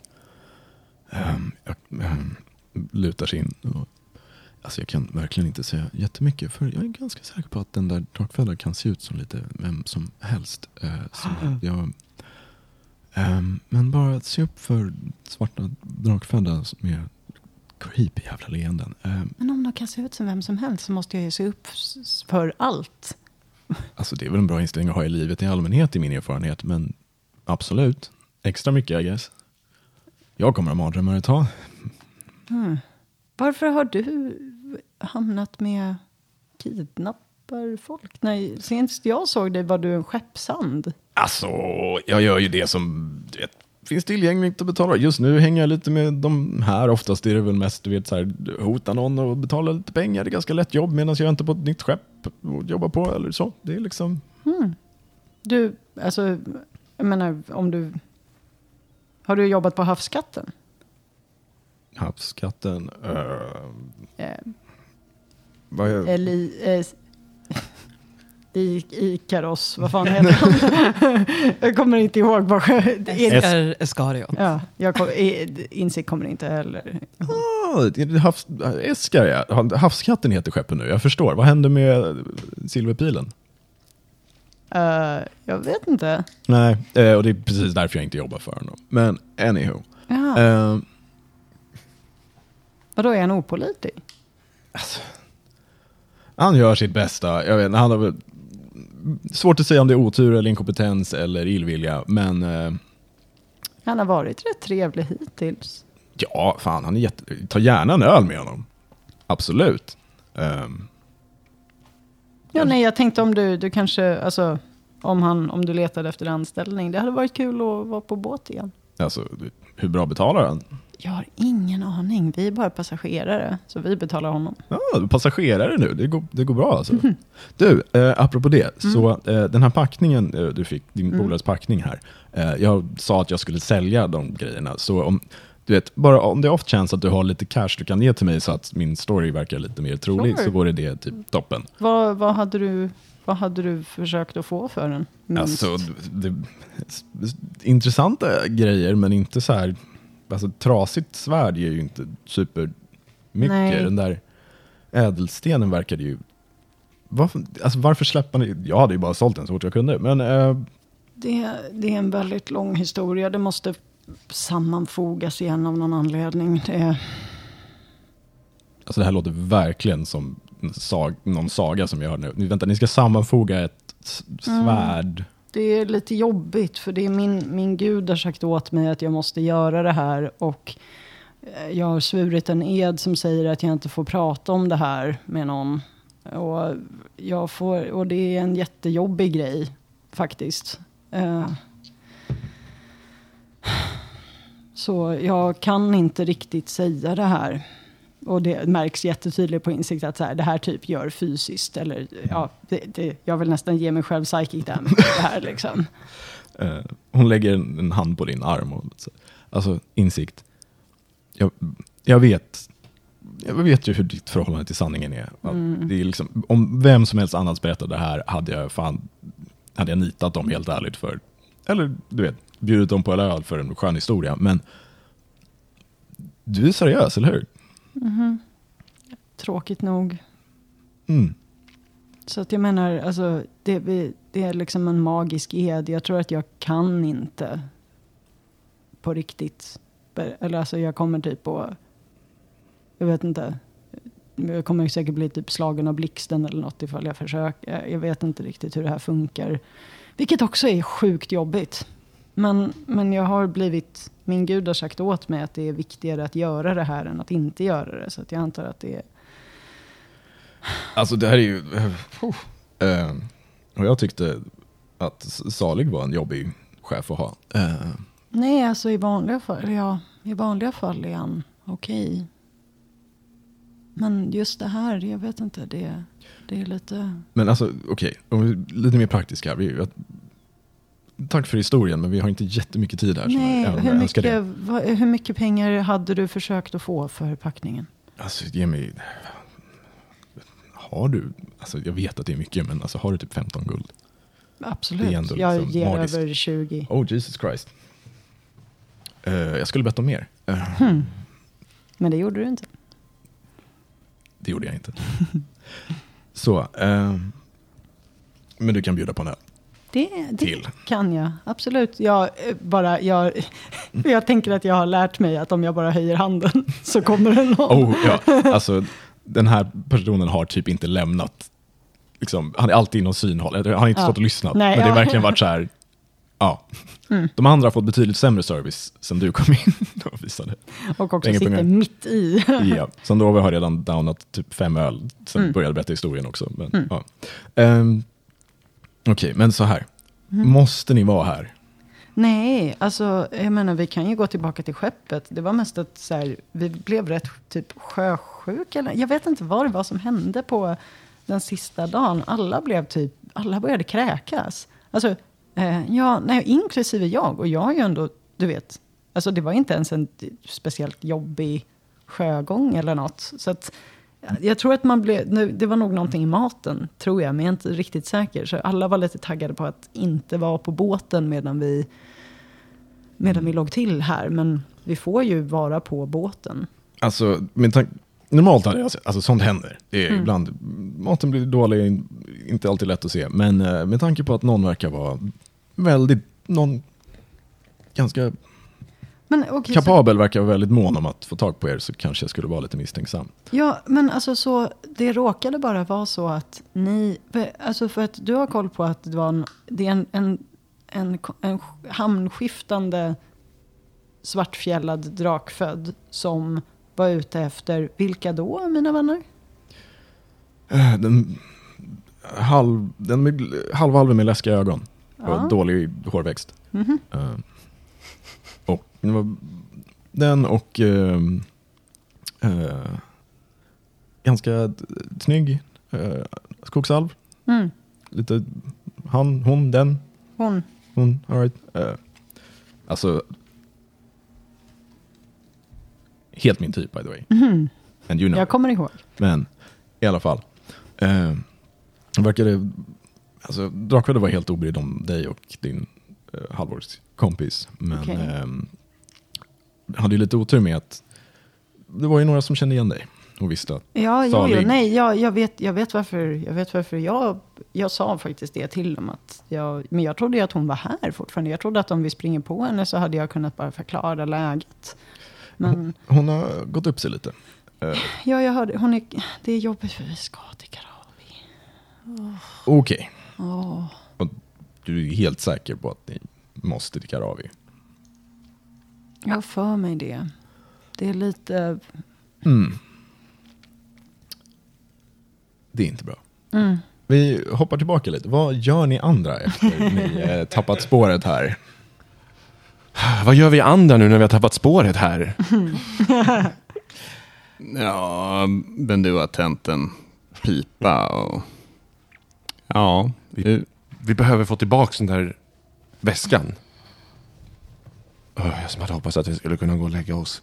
lutar sig in. Och, alltså jag kan verkligen inte säga jättemycket, för jag är ganska säker på att den där drakfödda kan se ut som lite vem som helst. Men bara att se upp för svarta drakfödda med creepy jävla leenden. Men om de kan se ut som vem som helst så måste jag ju se upp för allt. Alltså det är väl en bra inställning att ha i livet i allmänhet i min erfarenhet, men absolut. Extra mycket, I guess. Jag kommer att mardrömmar ett tag. Varför har du hamnat med kidnappar-folk? Nej, senast jag såg dig var du en skeppsand. Alltså, jag gör ju det som finns tillgängligt att betala. Just nu hänger jag lite med de här. Oftast är det väl mest, du vet, så här, hota någon och betala lite pengar. Det är ganska lätt jobb medan jag inte på ett nytt skepp att jobba på eller så. Det är liksom... Du, alltså, jag menar, har du jobbat på havsskatten? Havskatten. Ikaros, vad fan heter han? Jag kommer inte ihåg vad Escarion. Ja, Insikt kommer inte heller. Eskar, ja. Havskatten heter skeppen nu, jag förstår. Vad hände med silverpilen? Jag vet inte. Nej, och det är precis därför jag inte jobbar för honom. Men anywho. Vadå, är han opålitlig? Alltså, han gör sitt bästa. Jag vet, han har väl svårt att säga om det är otur eller inkompetens eller illvilja, men han har varit rätt trevlig hittills. ja, fan, han är ta gärna en öl med honom. Absolut. Ja, nej, jag tänkte om du kanske, alltså om du letade efter anställning, det hade varit kul att vara på båt igen. Alltså, hur bra betalar han? Jag har ingen aning. Vi är bara passagerare, så vi betalar honom. Ja, du är passagerare nu. Det går bra alltså. Du, apropå det. Så den här packningen du fick, din bolags packning här. Jag sa att jag skulle sälja de grejerna. Så om det är off chance att du har lite cash du kan ge till mig så att min story verkar lite mer trolig, sure. Så vore det typ toppen. Vad hade du försökt att få för den? Minst? Alltså, intressanta grejer, men inte så här. Alltså, trasigt svärd ger ju inte super mycket. Nej. Den där ädelstenen verkade ju... Varför släppa den? Jag hade ju bara sålt den så fort jag kunde. Men, det är en väldigt lång historia. Det måste sammanfogas igen av någon anledning. Alltså det här låter verkligen som någon saga som jag hör nu. Vänta, ni ska sammanfoga ett svärd. Det är lite jobbigt, för det är min gud har sagt åt mig att jag måste göra det här, och jag har svurit en ed som säger att jag inte får prata om det här med någon, och det är en jättejobbig grej faktiskt. Så jag kan inte riktigt säga det här. Och det märks jättetydligt på Insikt att så här, det här typ gör fysiskt. Eller ja, jag vill nästan ge mig själv psychic damage det här liksom. Hon lägger en hand på din arm. Alltså, Insikt. Jag vet ju hur ditt förhållande till sanningen är. Det är liksom, om vem som helst annars berättade det här hade jag nitat dem helt ärligt för. Eller du vet, bjudit dem på en öl för en skön historia. Men du är seriös, eller hur? Tråkigt nog. Mm. Så att jag menar, alltså, det är liksom en magisk ed. Jag tror att jag kan inte på riktigt. Eller alltså jag kommer typ på, jag vet inte. Jag kommer säkert bli typ slagen av blixten eller något ifall jag försöker. Jag vet inte riktigt hur det här funkar. Vilket också är sjukt jobbigt. Men jag har blivit, min gud har sagt åt mig att det är viktigare att göra det här än att inte göra det. Så att jag antar att det är... Alltså det här är ju... och jag tyckte att Salig var en jobbig chef att ha. Nej, alltså i vanliga fall är han okej. Men just det här, jag vet inte, det är lite... Men alltså, okej. Lite mer praktiskt här. Tack för historien, men vi har inte jättemycket tid här. Nej, hur mycket pengar hade du försökt att få för packningen? Alltså, ge mig... Har du... Alltså, jag vet att det är mycket, men alltså, har du typ 15 guld? Absolut, ändå, jag liksom, ger magiskt. över 20. Oh, Jesus Christ. Jag skulle bett om mer. Men det gjorde du inte. Det gjorde jag inte. Så, men du kan bjuda på en öl. Det kan jag, absolut. Jag tänker att jag har lärt mig att om jag bara höjer handen så kommer det någon. Alltså, den här personen har typ inte lämnat, liksom, han är alltid inom synhåll. Han har inte stått och lyssnat. Nej, men det har verkligen varit så här, De andra har fått betydligt sämre service sen du kom in och visade. Och också sitter mitt i. Ja, som då har redan downat typ 5 öl. Sen började berätta historien också. Men, Okej, men så här. Måste ni vara här? Nej, alltså jag menar, vi kan ju gå tillbaka till skeppet. Det var mest att så här, vi blev rätt typ sjösjuka. Jag vet inte vad det var som hände på den sista dagen. Alla började kräkas. Alltså, inklusive jag. Och jag är ju ändå, du vet, alltså det var inte ens en speciellt jobbig sjögång eller något. Så att jag tror att det var nog någonting i maten, tror jag, men jag är inte riktigt säker. Så alla var lite taggade på att inte vara på båten medan vi låg till här. Men vi får ju vara på båten. Alltså, normalt hade jag, alltså sånt händer. Det är ibland, maten blir dålig, inte alltid lätt att se. Men med tanke på att någon verkar vara ganska kapabel, verkar vara väldigt mån om att få tag på er, så kanske jag skulle vara lite misstänksam. Ja, men alltså så, det råkade bara vara så att alltså för att du har koll på att det är en hamnskiftande svartfjällad drakfödd som var ute efter, vilka då, mina vänner? Den halv med läskiga ögon och dålig hårväxt. Och det var den och ganska snygg skogsalv. Lite hon, all right. Alltså helt min typ, by the way. And you know. Jag kommer ihåg. Men i alla fall verkade, alltså Drakfödder var helt obrydd om dig och din halvårskompis, men hade ju lite otur med att det var ju några som kände igen dig och visste att jag vet varför jag sa faktiskt det till dem, att men jag trodde ju att hon var här fortfarande. Jag trodde att om vi springer på henne så hade jag kunnat bara förklara läget. Men hon har gått upp sig lite. Ja, jag hörde, det är jobbigt för vi ska till Karavi. Okej. Oh. Och du är helt säker på att ni måste till Karavi? Jag har för mig det. Det är lite... Det är inte bra. Vi hoppar tillbaka lite. Vad gör ni andra efter ni tappat spåret här? Vad gör vi andra nu när vi har tappat spåret här? Ja, men du har tänt en pipa och... Ja. Vi behöver få tillbaka den där väskan. Jag som hade hoppats att vi skulle kunna gå och lägga oss.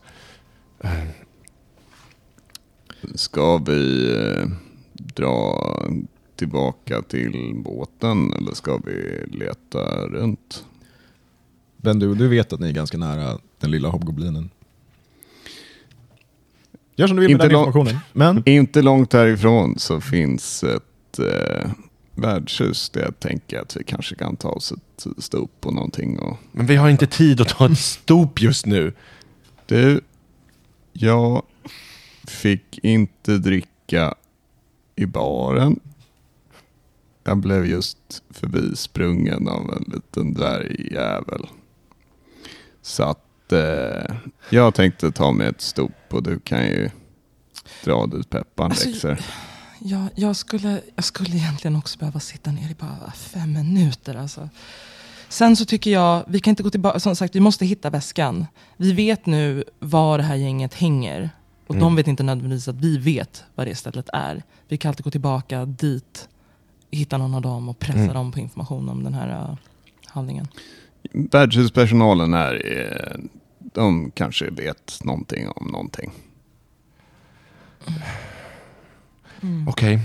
Ska vi dra tillbaka till båten eller ska vi leta runt? Ben, du vet att ni är ganska nära den lilla hobgoblinen. Gör som du vill med den informationen. Men inte långt härifrån så finns ett värdshus där jag tänker att vi kanske kan ta oss ett stop på någonting. Men vi har inte tid att ta ett stop just nu. Du, jag fick inte dricka i baren. Jag blev just förbisprungen av en liten dvärgjävel. Så att jag tänkte ta med ett stop och du kan ju dra dit pepparn läxor. Jag skulle egentligen också behöva sitta ner i bara 5 minuter. Alltså. Sen så tycker jag, vi kan inte gå tillbaka, som sagt vi måste hitta väskan. Vi vet nu var det här gänget hänger. Och de vet inte nödvändigtvis att vi vet vad det stället är. Vi kan alltid gå tillbaka dit, hitta någon av dem och pressa dem på information om den här handlingen. Värdshuspersonalen här, de kanske vet någonting om någonting. Okej,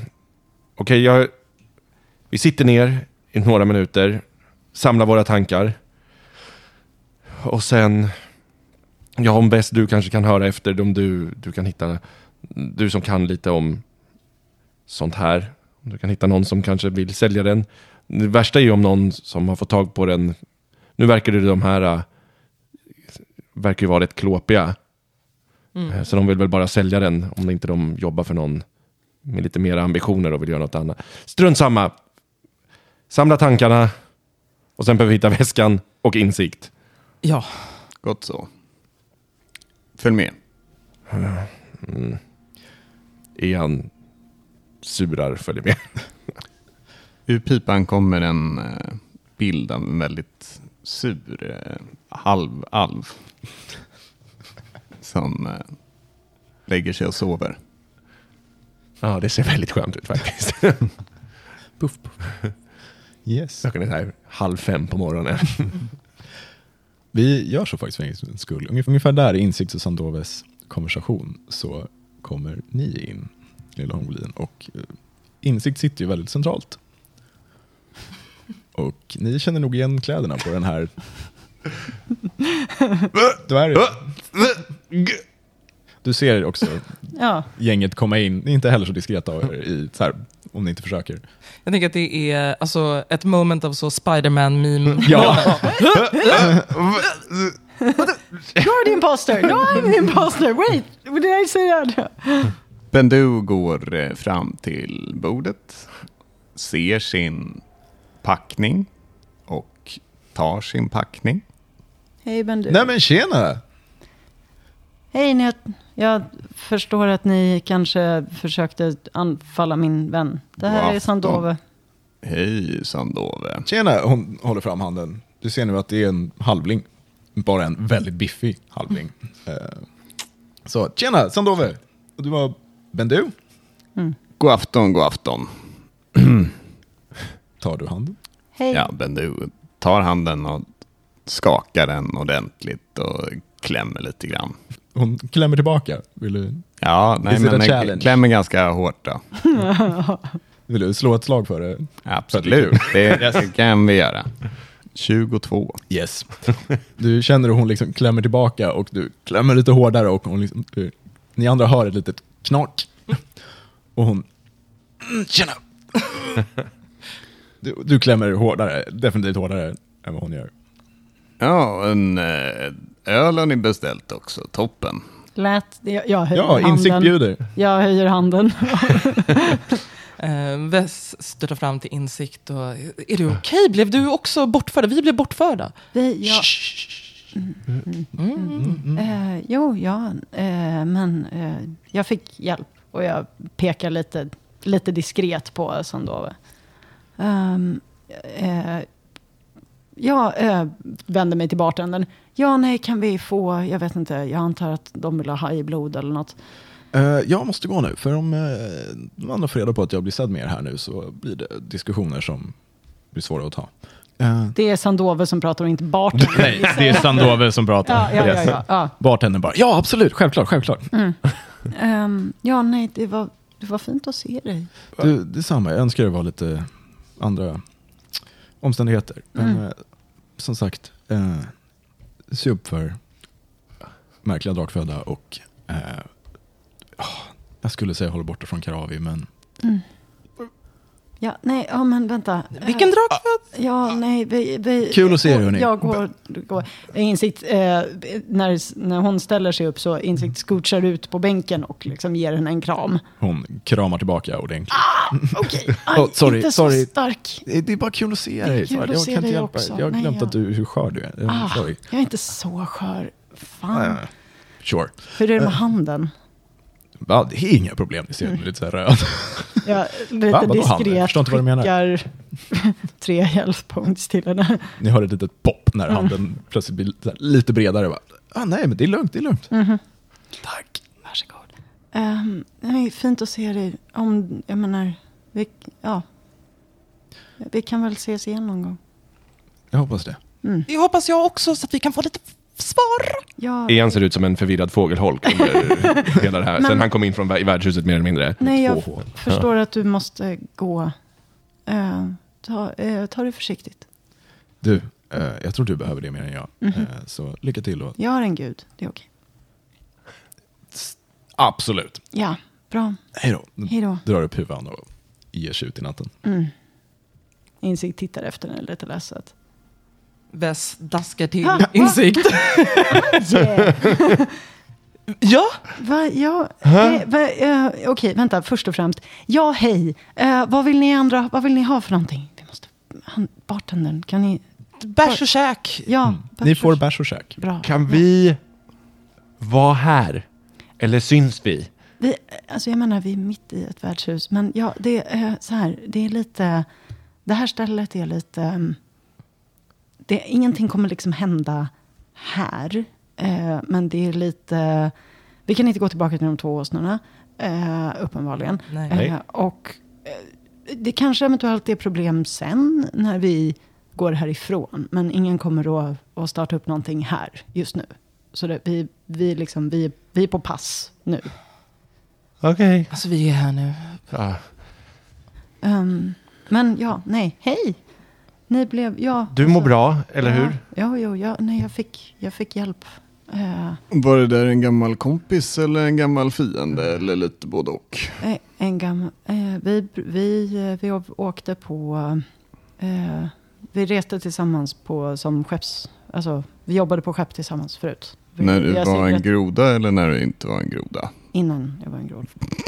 vi sitter ner i några minuter, samlar våra tankar. Och sen, om bäst du kanske kan höra efter om du kan hitta, du som kan lite om sånt här. Du kan hitta någon som kanske vill sälja den. Det värsta är ju om någon som har fått tag på den. Nu verkar det de här verkar ju vara rätt klåpiga. Så de vill väl bara sälja den om inte de jobbar för någon med lite mer ambitioner och vill göra något annat. Strunt samma. Samla tankarna och sen behöver vi hitta väskan och insikt. Ja. Gott så. Följ med. Ian surar, följer med. Ur pipan kommer en bild av en väldigt sur halvalv som lägger sig och sover. Ja, det ser väldigt skönt ut faktiskt. puff. Yes. Jag kan det här 4:30 på morgonen. Vi gör så faktiskt för en skull. Ungefär där är insikt och Sandoves konversation så kommer ni in, Lilla Holmlin, och insikt sitter ju väldigt centralt. Och ni känner nog igen kläderna på den här dvärgen. Du ser också gänget komma in. Ni är inte heller så diskreta i så här, om ni inte försöker. Jag tänker att det är alltså ett moment av så Spider-Man-meme. Ja. You're the imposter! No, I'm the imposter! Wait, did I say that? Bendu går fram till bordet, ser sin packning och tar sin packning. Hej Bendu. Nej men tjena! Hej, jag förstår att ni kanske försökte anfalla min vän. Det här är Sandove. Hej Sandove. Tjena, hon håller fram handen. Du ser nu att det är en halvling. Bara en väldigt biffig halvling. Så, tjena Sandove. Och du var Bendu? God afton, god afton. Tar du handen? Hej. Ja, Bendu tar handen och skakar den ordentligt och klämmer lite grann. Hon klämmer tillbaka. Vill du, Ja, nej, Is it a men challenge? klämmer ganska hårt då. vill du slå ett slag för det? Absolut, det kan vi göra. 22. Yes. Du känner hur hon liksom klämmer tillbaka och du klämmer lite hårdare och hon liksom, ni andra hör ett litet knak. Och hon tjena. Du klämmer hårdare, definitivt hårdare än vad hon gör. Ja, en öl har ni beställt också. Toppen. Jag höjer handen. Insikt bjuder. Jag höjer handen. Vess stöter fram till insikt och är du okej? Blev du också bortförda? Vi blev bortförda. Men jag fick hjälp och jag pekar lite diskret på Sandove. Jag vänder mig till bartendern. Ja, nej, kan vi få, jag vet inte, jag antar att de vill ha hajblod eller något. Jag måste gå nu, för om de andra får reda på att jag blir sedd med er här nu så blir det diskussioner som blir svåra att ta. Det är Sandove som pratar och inte bartendern. Nej, det är Sandove som pratar. Ja. Bartendern bara, ja absolut, självklart. Ja, nej, det var fint att se dig. Du, detsamma, jag önskar det var lite andra omständigheter. Men som sagt, se upp för märkliga drakfödda och jag skulle säga hålla borta från Karavi, men Ja, nej, men vänta. Vilken drakfödd? Ja, nej, vi Kul att se er, hörni. Jag går. Insikt, när hon ställer sig upp så Insikt scoochar ut på bänken och liksom ger henne en kram. hon kramar tillbaka ordentligt. Okej, sorry. inte så stark. Det är bara kul att se dig. kul att Jag se kan inte dig hjälpa. också. Jag har Nej, glömt hur skör du är. Sorry. Jag är inte så skör. Fan. Sure. Hur är det med handen? Ja, det är inga problem. Det ser lite så här röd. Jag lite Vadå handen? Jag diskret förstår inte vad du menar. skickar 3 health points till henne. Ni hör ett litet pop när handen plötsligt blir så här, lite bredare. Nej, men det är lugnt. Tack. Varsågod. Nej, fint att se dig. Jag menar, vi kan väl ses igen någon gång. Jag hoppas det. Det hoppas jag också, så att vi kan få lite svar. Ja. Ian ser ut som en förvirrad fågelholk under hela det här. Sen han kom in från i värdshuset mer eller mindre. Nej, jag 2 hål. förstår att du måste gå. Ta det försiktigt. Du, jag tror du behöver det mer än jag. Så lycka till. Och... Jag har en gud, det är okej. Absolut. Ja, bra. Hej då. Drar upp huvudet och ger sig ut i natten. Insikt tittar efter henne lite ledset. Vess daskar till insikt. Yeah. Ja. Okej, vänta, först och främst. Ja, hej. Vad vill ni ha för någonting? Bartendern, kan ni... Bärs och käk. Ja, Ni får bärs och käk. Bra. Kan vi vara här? Eller syns vi? Jag menar, vi är mitt i ett värdshus. Men ja, det är så här. Det är lite... Det här stället är lite... ingenting kommer liksom hända här. Men det är lite... Vi kan inte gå tillbaka till de 2 åsnorna. Uppenbarligen. Nej. Och det kanske eventuellt är problem sen när vi går härifrån. Men ingen kommer då att starta upp någonting här just nu. Så det, vi är på pass nu. Okej. Alltså vi är här nu. Ja. Men ja, nej, hej. Ni blev, ja. Du mår bra, eller hur? Nej, jag fick hjälp. Var det där en gammal kompis eller en gammal fiende eller lite både och? En gammal, vi åkte på, vi reste tillsammans som alltså vi jobbade på skepp tillsammans förut. När du var en groda eller när du inte var en groda? Innan jag var en groda.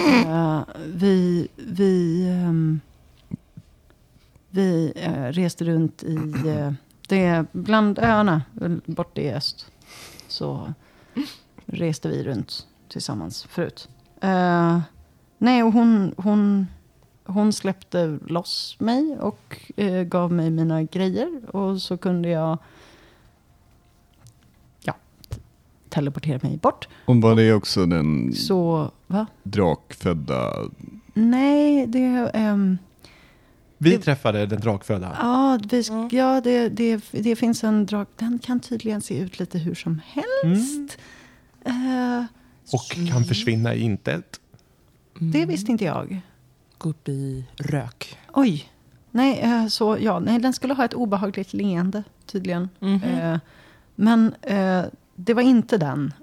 Vi reste runt i bland öarna bort i öst. Så reste vi runt tillsammans förut. Nej, och hon släppte loss mig och gav mig mina grejer. Och så kunde jag teleportera mig bort. Och var det också den drakfödda? Nej, Vi träffade den drakfödda. Ja, det finns en drak. Den kan tydligen se ut lite hur som helst. Och kan försvinna i intet. Det visste inte jag. Gå upp i rök. Oj. Nej, den skulle ha ett obehagligt leende tydligen. Men det var inte den.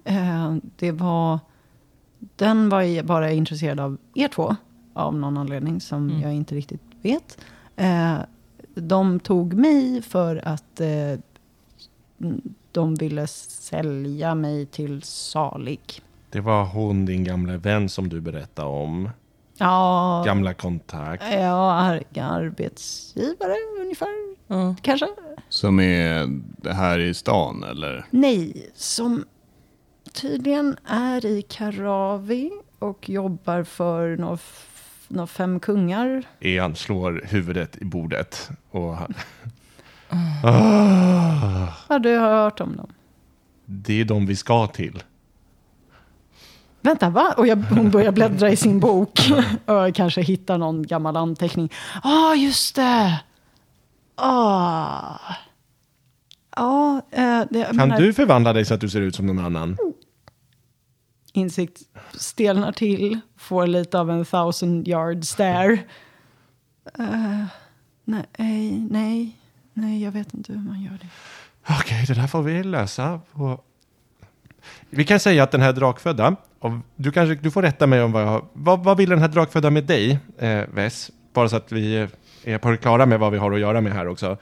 Den var bara intresserad av er två. Av någon anledning som jag inte riktigt vet. De tog mig för att de ville sälja mig till Salig. Det var hon, din gamla vän som du berättade om. Ja. Gamla kontakt. Ja, arbetsgivare ungefär. Kanske. Som är det här i stan eller? Nej, som tydligen är i Karavi och jobbar för några 5 kungar. Ean slår huvudet i bordet. Och Ja, du har hört om dem. det är de vi ska till. Vänta, va? Och hon börjar bläddra i sin bok. Och kanske hittar någon gammal anteckning. Just det! Kan du förvandla dig så att du ser ut som någon annan? Insikt stelnar till. Får lite av en 1000-yard stare. Nej, jag vet inte hur man gör det. Okej, det där får vi lösa. Vi kan säga att den här drakfödda, och du får rätta mig om vad vill den här drakfödda med dig, Vess? Bara så att vi är på det klara med vad vi har att göra med här också.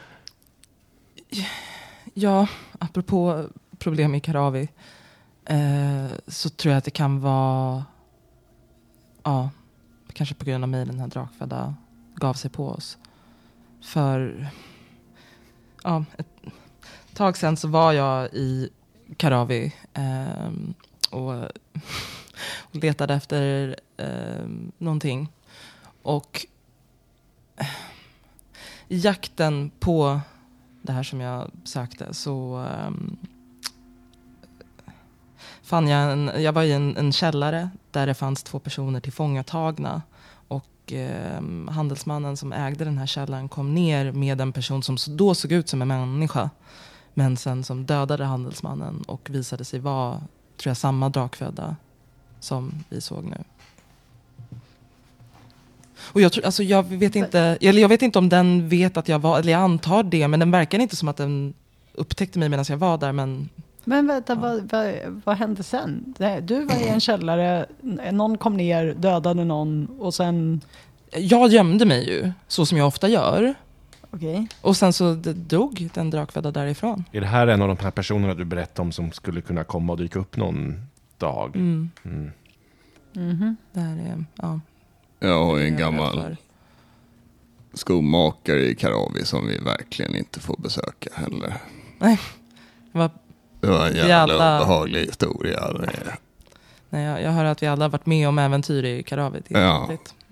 Ja, apropå problem i Karavi, så tror jag att det kan vara, kanske på grund av mig den här drakfödda gav sig på oss. För ett tag sedan så var jag i Karavi och letade efter någonting. Och i jakten på det här som jag sökte så fann jag var i en källare där det fanns 2 personer tillfångatagna. Och handelsmannen som ägde den här källaren kom ner med en person som då såg ut som en människa. Men sen som dödade handelsmannen och visade sig vara, tror jag, samma drakfödda som vi såg nu. Och jag vet inte om den vet att jag var, eller jag antar det, men den verkar inte som att den upptäckte mig medan jag var där. Men vänta, vad hände sen? Du var i en källare, någon kom ner, dödade någon och sen... Jag gömde mig ju, så som jag ofta gör. Okej. Och sen så drog den drakfödda därifrån. Är det här en av de här personerna du berättade om som skulle kunna komma och dyka upp någon dag? Där är, Jag har en gammal skomakare i Karavi som vi verkligen inte får besöka heller. Nej, det var en jävla behaglig historia. Nej, jag hör att vi alla har varit med om äventyr i Karavi. Ja.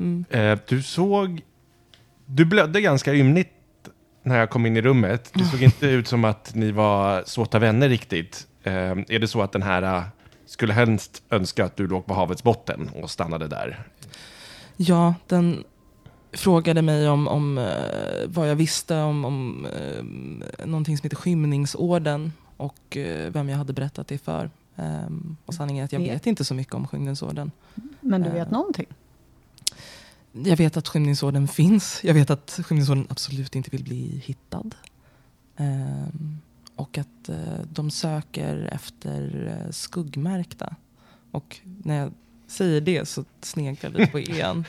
Du blödde ganska ymnigt när jag kom in i rummet. Det såg inte ut som att ni var såta vänner riktigt. Är det så att den här skulle helst önska att du låg på havets botten och stannade där? Ja, den frågade mig om vad jag visste om någonting som heter skymningsorden. och vem jag hade berättat det för. Och sanningen är att jag vet inte så mycket om skymningsorden. Men du vet någonting? Jag vet att skymningsorden finns. Jag vet att skymningsorden absolut inte vill bli hittad. Och att de söker efter skuggmärkta. Och när jag säger det så sneglar jag lite på Ian.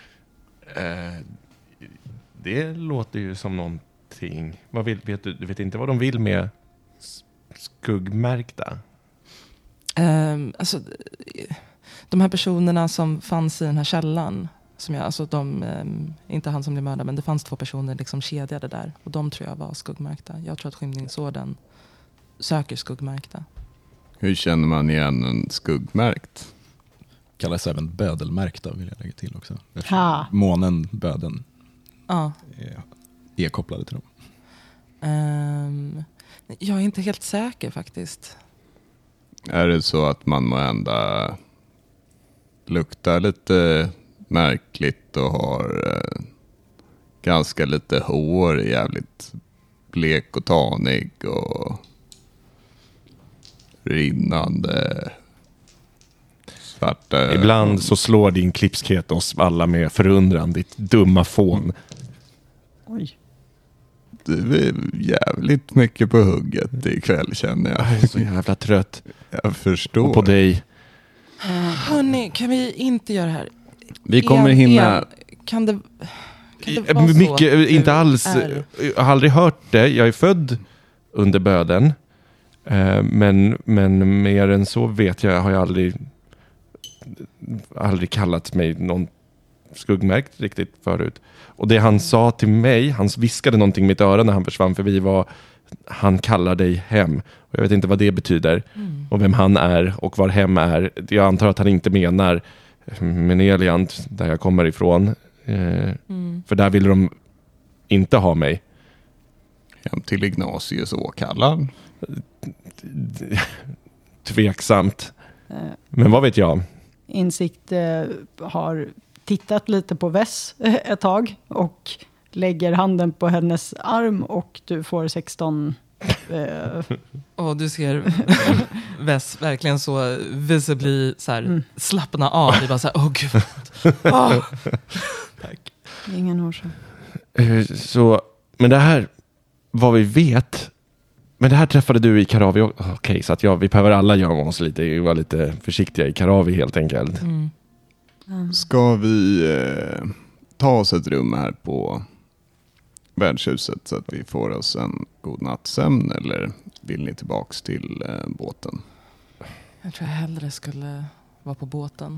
Det låter ju som någonting. Du vet inte vad de vill med skuggmärkta? Alltså, de här personerna som fanns i den här källan, inte han som blev mördad, men det fanns 2 personer liksom kedjade där, och de tror jag var skuggmärkta. Jag tror att skymningsorden söker skuggmärkta. Hur känner man igen en skuggmärkt? Kallas även bödelmärkta, vill jag lägga till också. Månen, böden är kopplade till dem. Jag är inte helt säker faktiskt. Är det så att man måhända luktar lite märkligt och har ganska lite hår, jävligt blek och tanig och rinnande svarta. Ibland så slår din klipskhet oss alla med förundran, ditt dumma fån. Oj. Du är jävligt mycket på hugget ikväll, känner jag. Jag är så jävla trött. Jag förstår. Och på dig. Hörrni, kan vi inte göra det här? Vi kommer hinna... Kan det vara mycket, så? inte alls. Jag har aldrig hört det. Jag är född under böden. Men mer än så vet jag. Har jag aldrig kallat mig någon skuggmärkt riktigt förut. Och det han sa till mig, han viskade någonting i mitt öra när han försvann förbi, var: han kallar dig hem. Och jag vet inte vad det betyder. Och vem han är och var hem är. Jag antar att han inte menar Meneliand, där jag kommer ifrån. För där vill de inte ha mig. Hem till Ignatius åkallad. Tveksamt. Men vad vet jag? Insikt har tittat lite på Vess ett tag och lägger handen på hennes arm och du får 16... Och du ser Vess verkligen så visibly så här, slappna av. Det är bara så här, gud. Tack. Ingen orsak. Så, men det här, vad vi vet, men det här träffade du i Karavi. Okej, så att vi behöver alla göra oss vara lite försiktiga i Karavi helt enkelt. Ska vi ta oss ett rum här på värdshuset så att vi får oss en god nattsömn, eller vill ni tillbaks till båten? Jag tror jag hellre skulle vara på båten.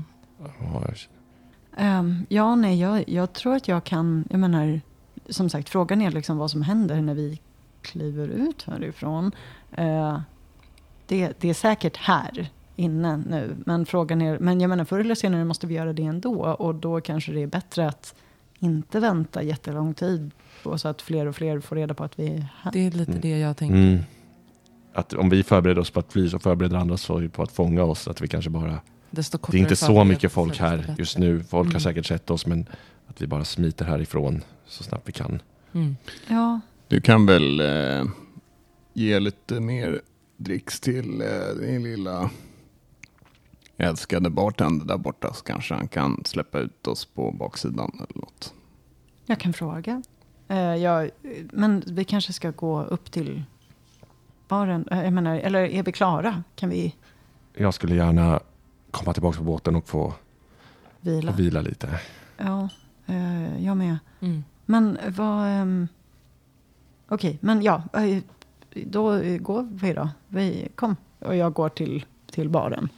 Jag tror att jag kan, jag menar, som sagt, frågan är liksom vad som händer när vi kliver ut härifrån. Det är säkert här inne nu, men frågan är, men jag menar, förr eller senare måste vi göra det ändå, och då kanske det är bättre att inte vänta jättelång tid så att fler och fler får reda på att vi är här. Det är lite det jag tänker. Att om vi förbereder oss på att fly så förbereder andra sig på att fånga oss, att vi kanske bara... Det är inte så mycket folk här just nu. Folk har säkert sett oss, men att vi bara smiter härifrån så snabbt vi kan. Ja. Du kan väl ge lite mer dricks till din lilla älskade bartender där borta, så kanske han kan släppa ut oss på baksidan eller något. Jag kan fråga. Men vi kanske ska gå upp till baren. Jag menar, eller är vi klara? Kan vi... Jag skulle gärna komma tillbaka på båten och få vila lite. Ja, jag med. Men vad... Okej, men ja. Då går vi då. Kom. Och jag går till baren.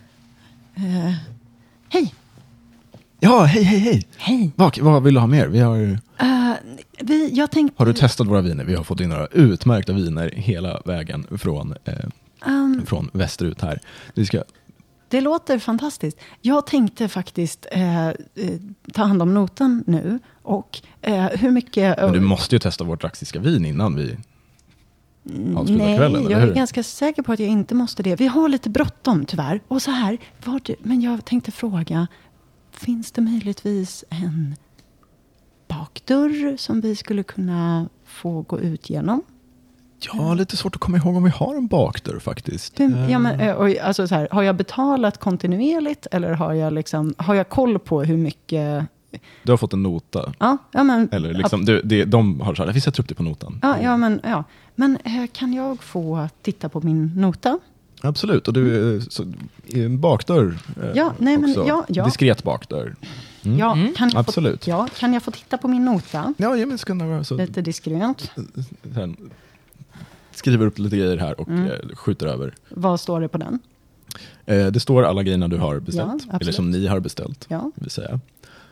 Hej! Ja, hej! Hej! Vad vill du ha mer? Vi har... Jag tänkte... Har du testat våra viner? Vi har fått in några utmärkta viner hela vägen från västerut här. Det låter fantastiskt. Jag tänkte faktiskt ta hand om notan nu. Och hur mycket... Men du måste ju testa vårt raxiska vin innan vi avslutar kvällen, eller jag hur? är ganska säker på att jag inte måste det. Vi har lite bråttom tyvärr. Och så här, men jag tänkte fråga, finns det möjligtvis en bakdörr som vi skulle kunna få gå ut genom? Ja, lite svårt att komma ihåg om vi har en bakdörr faktiskt. Alltså så här, har jag betalat kontinuerligt eller har jag koll på hur mycket... Du har fått en nota. Ja, men... Eller liksom, de har så här, vi sätter upp det på notan. Ja. Men kan jag få titta på min nota? Absolut, och du en bakdörr också. Diskret bakdörr. Ja, absolut. Kan jag få titta på min nota? Ja, men ska vara så. Lite diskret. Skriver upp lite grejer här och skjuter över. Vad står det på den? Det står alla grejerna du har beställt. Ja, eller som ni har beställt, vill säga.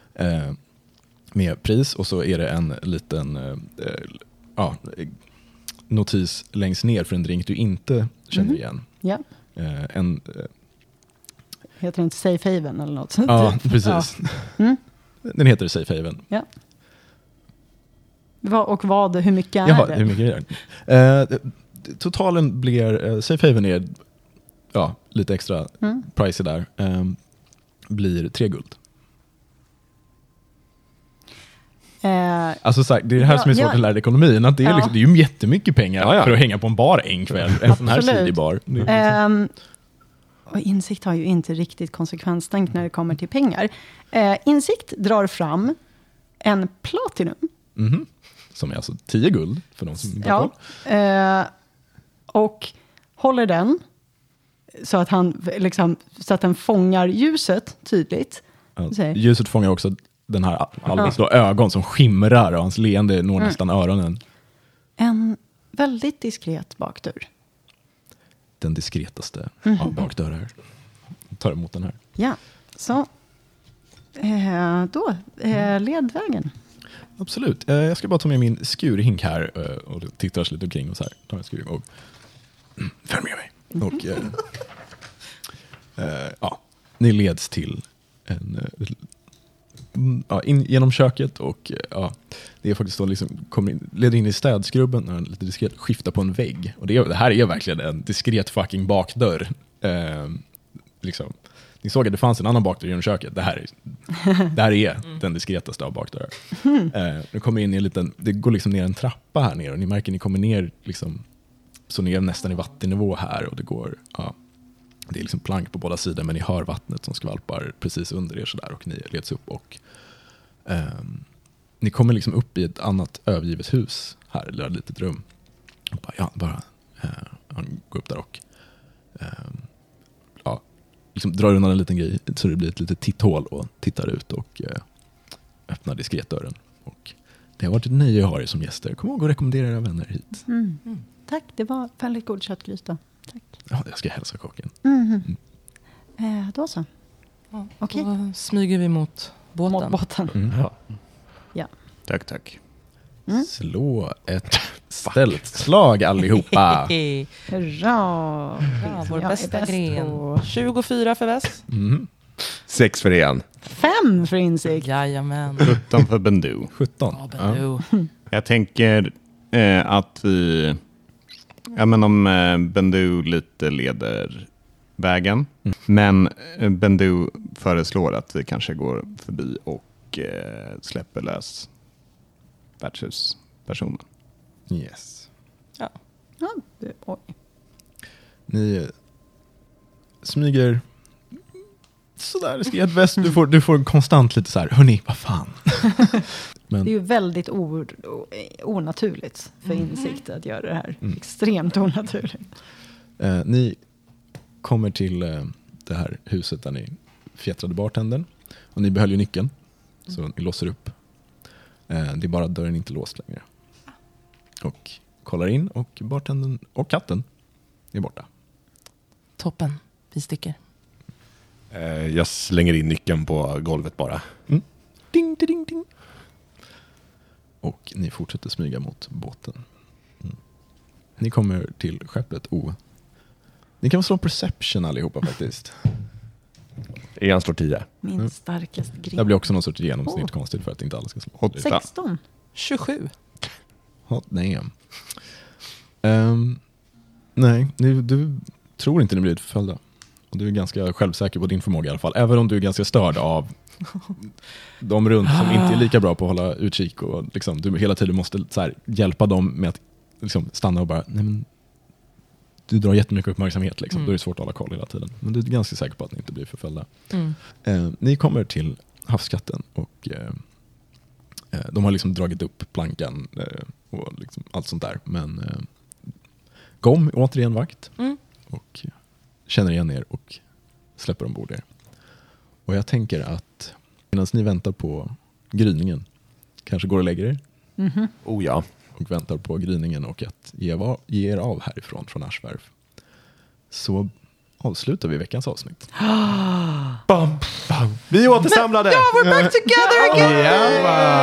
Med pris, och så är det en liten notis längst ner för en drink du inte känner igen. Ja. Heter det inte Safe Haven eller något? Ja, precis. Ja. Den heter Safe Haven. Ja. Hur mycket är det? Hur mycket är det? Totalen blir, Safe Haven är lite extra pricey där. Blir 3 guld. Alltså så här, det är det här som är svårt att lära ekonomin. Att det är, liksom, det är ju jättemycket pengar för att hänga på en bar en kväll. En sån här tidig bar. Och Insikt har ju inte riktigt konsekvenstänk när det kommer till pengar. Insikt drar fram en Platinum. Som är alltså 10 guld för de som och håller den så att så att den fångar ljuset tydligt. Ljuset fångar också den här alldeles då ögon som skimrar och hans leende når nästan öronen. En väldigt diskret bakdörr. Den diskretaste av bakdörrar. Tar emot den här. Ja, så då led vägen. Absolut. Jag ska bara ta med min skurhink här och tittar lite omkring och så här. Tar en skurhink och följ med mig. Och ni leds till genom köket och det är faktiskt då liksom leder in i städskrubben och lite diskret skiftar på en vägg. Och det här är verkligen en diskret fucking bakdörr. Liksom. Ni såg att det fanns en annan bakdörr genom köket. Det här är den diskretaste av bakdörrar. Nu kommer in i en liten, det går liksom ner en trappa här nere och ni märker att ni kommer ner liksom, så ni är nästan i vattennivå här och det går, det är liksom plank på båda sidor men ni hör vattnet som skvalpar precis under er sådär och ni leds upp och ni kommer liksom upp i ett annat övergivet hus här, eller ett litet rum. Och han går upp där och liksom drar undan en liten grej så det blir ett litet titthål och tittar ut och öppnar diskret dörren. Och det har varit ett nöje att ha er som gäster. Kom ihåg att rekommendera era vänner hit. Tack, det var väldigt god köttgryta. Tack. Ja, jag ska hälsa kocken. Då så. Okej. Då smyger vi mot båten. Ja. Tack. Slå ett ställslag allihopa. Hurra! Vår bästa gren. 24 för väst. 6 för igen. 5 för Insikt. Jajamän. 17 för Bendu. 17. Ja. Jag tänker att vi... om Bendu lite leder vägen. Men Bendu föreslår att vi kanske går förbi och släpper lös värdshuspersonen. Yes. Oj. Ni smyger sådär diskret väst. Du får konstant lite så här, hörni, vad fan. Men det är ju väldigt onaturligt för Insikt att göra det här. Extremt onaturligt. Ni kommer till det här huset där ni fjättrade bartendern. Och ni behöll ju nyckeln. Så ni låser upp. Det är bara dörren inte låst längre. Och kollar in och bartendern och katten är borta. Toppen. Vi sticker. Jag slänger in nyckeln på golvet bara. Ding, ding, ding. Och ni fortsätter smyga mot båten. Ni kommer till skeppet Ni kan slå perception allihopa faktiskt. Jag slår 10. Min starkaste gren. Det blir också någon sorts genomsnitt konstigt för att inte alla ska slå. 16. 27. Hot damn. Nej, du tror inte ni blir förföljda. Och du är ganska självsäker på din förmåga i alla fall. Även om du är ganska störd av de runt som inte är lika bra på att hålla utkik. Och liksom, du hela tiden måste så här, hjälpa dem med att liksom stanna och bara, nej men du drar jättemycket uppmärksamhet liksom. Då är det svårt att hålla koll hela tiden. Men du är ganska säker på att ni inte blir förföljda. Ni kommer till havskatten och de har liksom dragit upp plankan och liksom allt sånt där. Men Gom är återigen vakt och känner igen er och släpper ombord er. Och jag tänker att medan ni väntar på gryningen, kanske går och lägger er. Oh ja. Och väntar på gryningen och att ge er av härifrån från Aschwerf. Så avslutar vi veckans avsnitt. Bam, bam. Vi är återsamlade! Ja, we're back together again!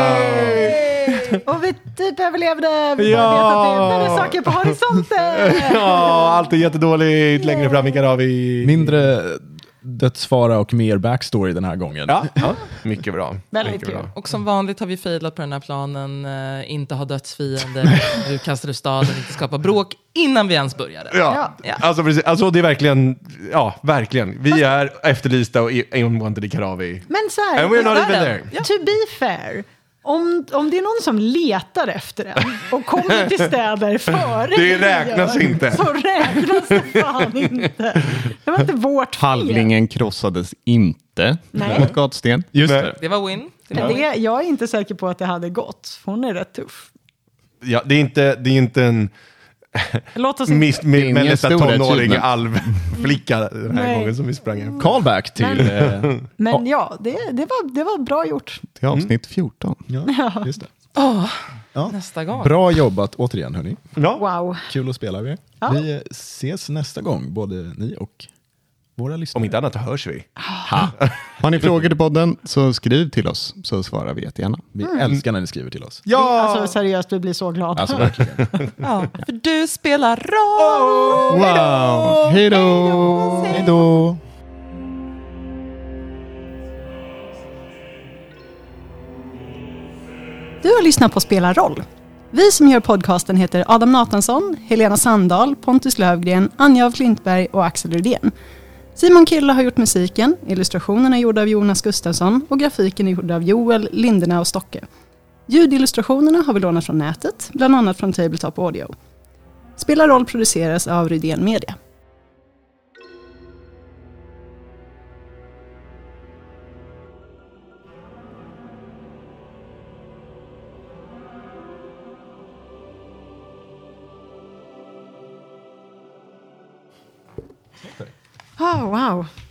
Ja. Och vi typ överlevde. Vi började veta saker på horisonten. Ja, allt är jättedåligt. Längre fram har vi... Mindre dödsfara och mer backstory den här gången. Ja, mycket bra. Väldigt Mycket kul. bra. Och som vanligt har vi failat på den här planen. Inte ha dödsfiender. Nu kastar du staden, inte skapa bråk innan vi ens började. Ja. Ja. Alltså, precis. Alltså det är verkligen, ja, verkligen. Vi är efterlysta och unwanted i Karavi. Men så här, And we're not Visst är even det? there. Ja. to be fair, om det är någon som letar efter en och kommer till städer före Det vi räknas gör, inte. så räknas det fan inte. Det var inte vårt fel. Halvlingen krossades inte Nej. mot gatsten. Just Nej. det. Det var win. Det var Men win. jag är inte säker på att det hade gått. Hon är rätt tuff. Ja, det är inte en Låt oss med ingen nästa stor tonåring achievement. alvflicka den här Nej. gången som vi sprang hem. Callback till... Men ja, det var bra gjort. Till avsnitt 14. ja, just det. Ja. Nästa gång. Bra jobbat återigen hörni. Ja. Wow. Kul att spela med er. Ja. Vi ses nästa gång, både ni och våra lyssnare. Om inte annat hörs vi. Har ni frågor till podden så skriv till oss så svarar vi jättegärna. Vi älskar när ni skriver till oss. Ja! Alltså seriöst, vi blir så glada. Alltså verkligen. Ja, för du spelar roll. Wow! Hej då! Hej då! Du har lyssnat på Spela roll. Vi som gör podcasten heter Adam Nathansson, Helena Sandahl, Pontus Lövgren, Anja af Klintberg och Axel Rydén. Simon Killa har gjort musiken, illustrationerna är gjorda av Jonas Gustafsson och grafiken är gjord av Joel Linderna och Stocke. Ljudillustrationerna har vi lånat från nätet, bland annat från Tabletop Audio. Spela roll produceras av Rydén Media. Oh, wow.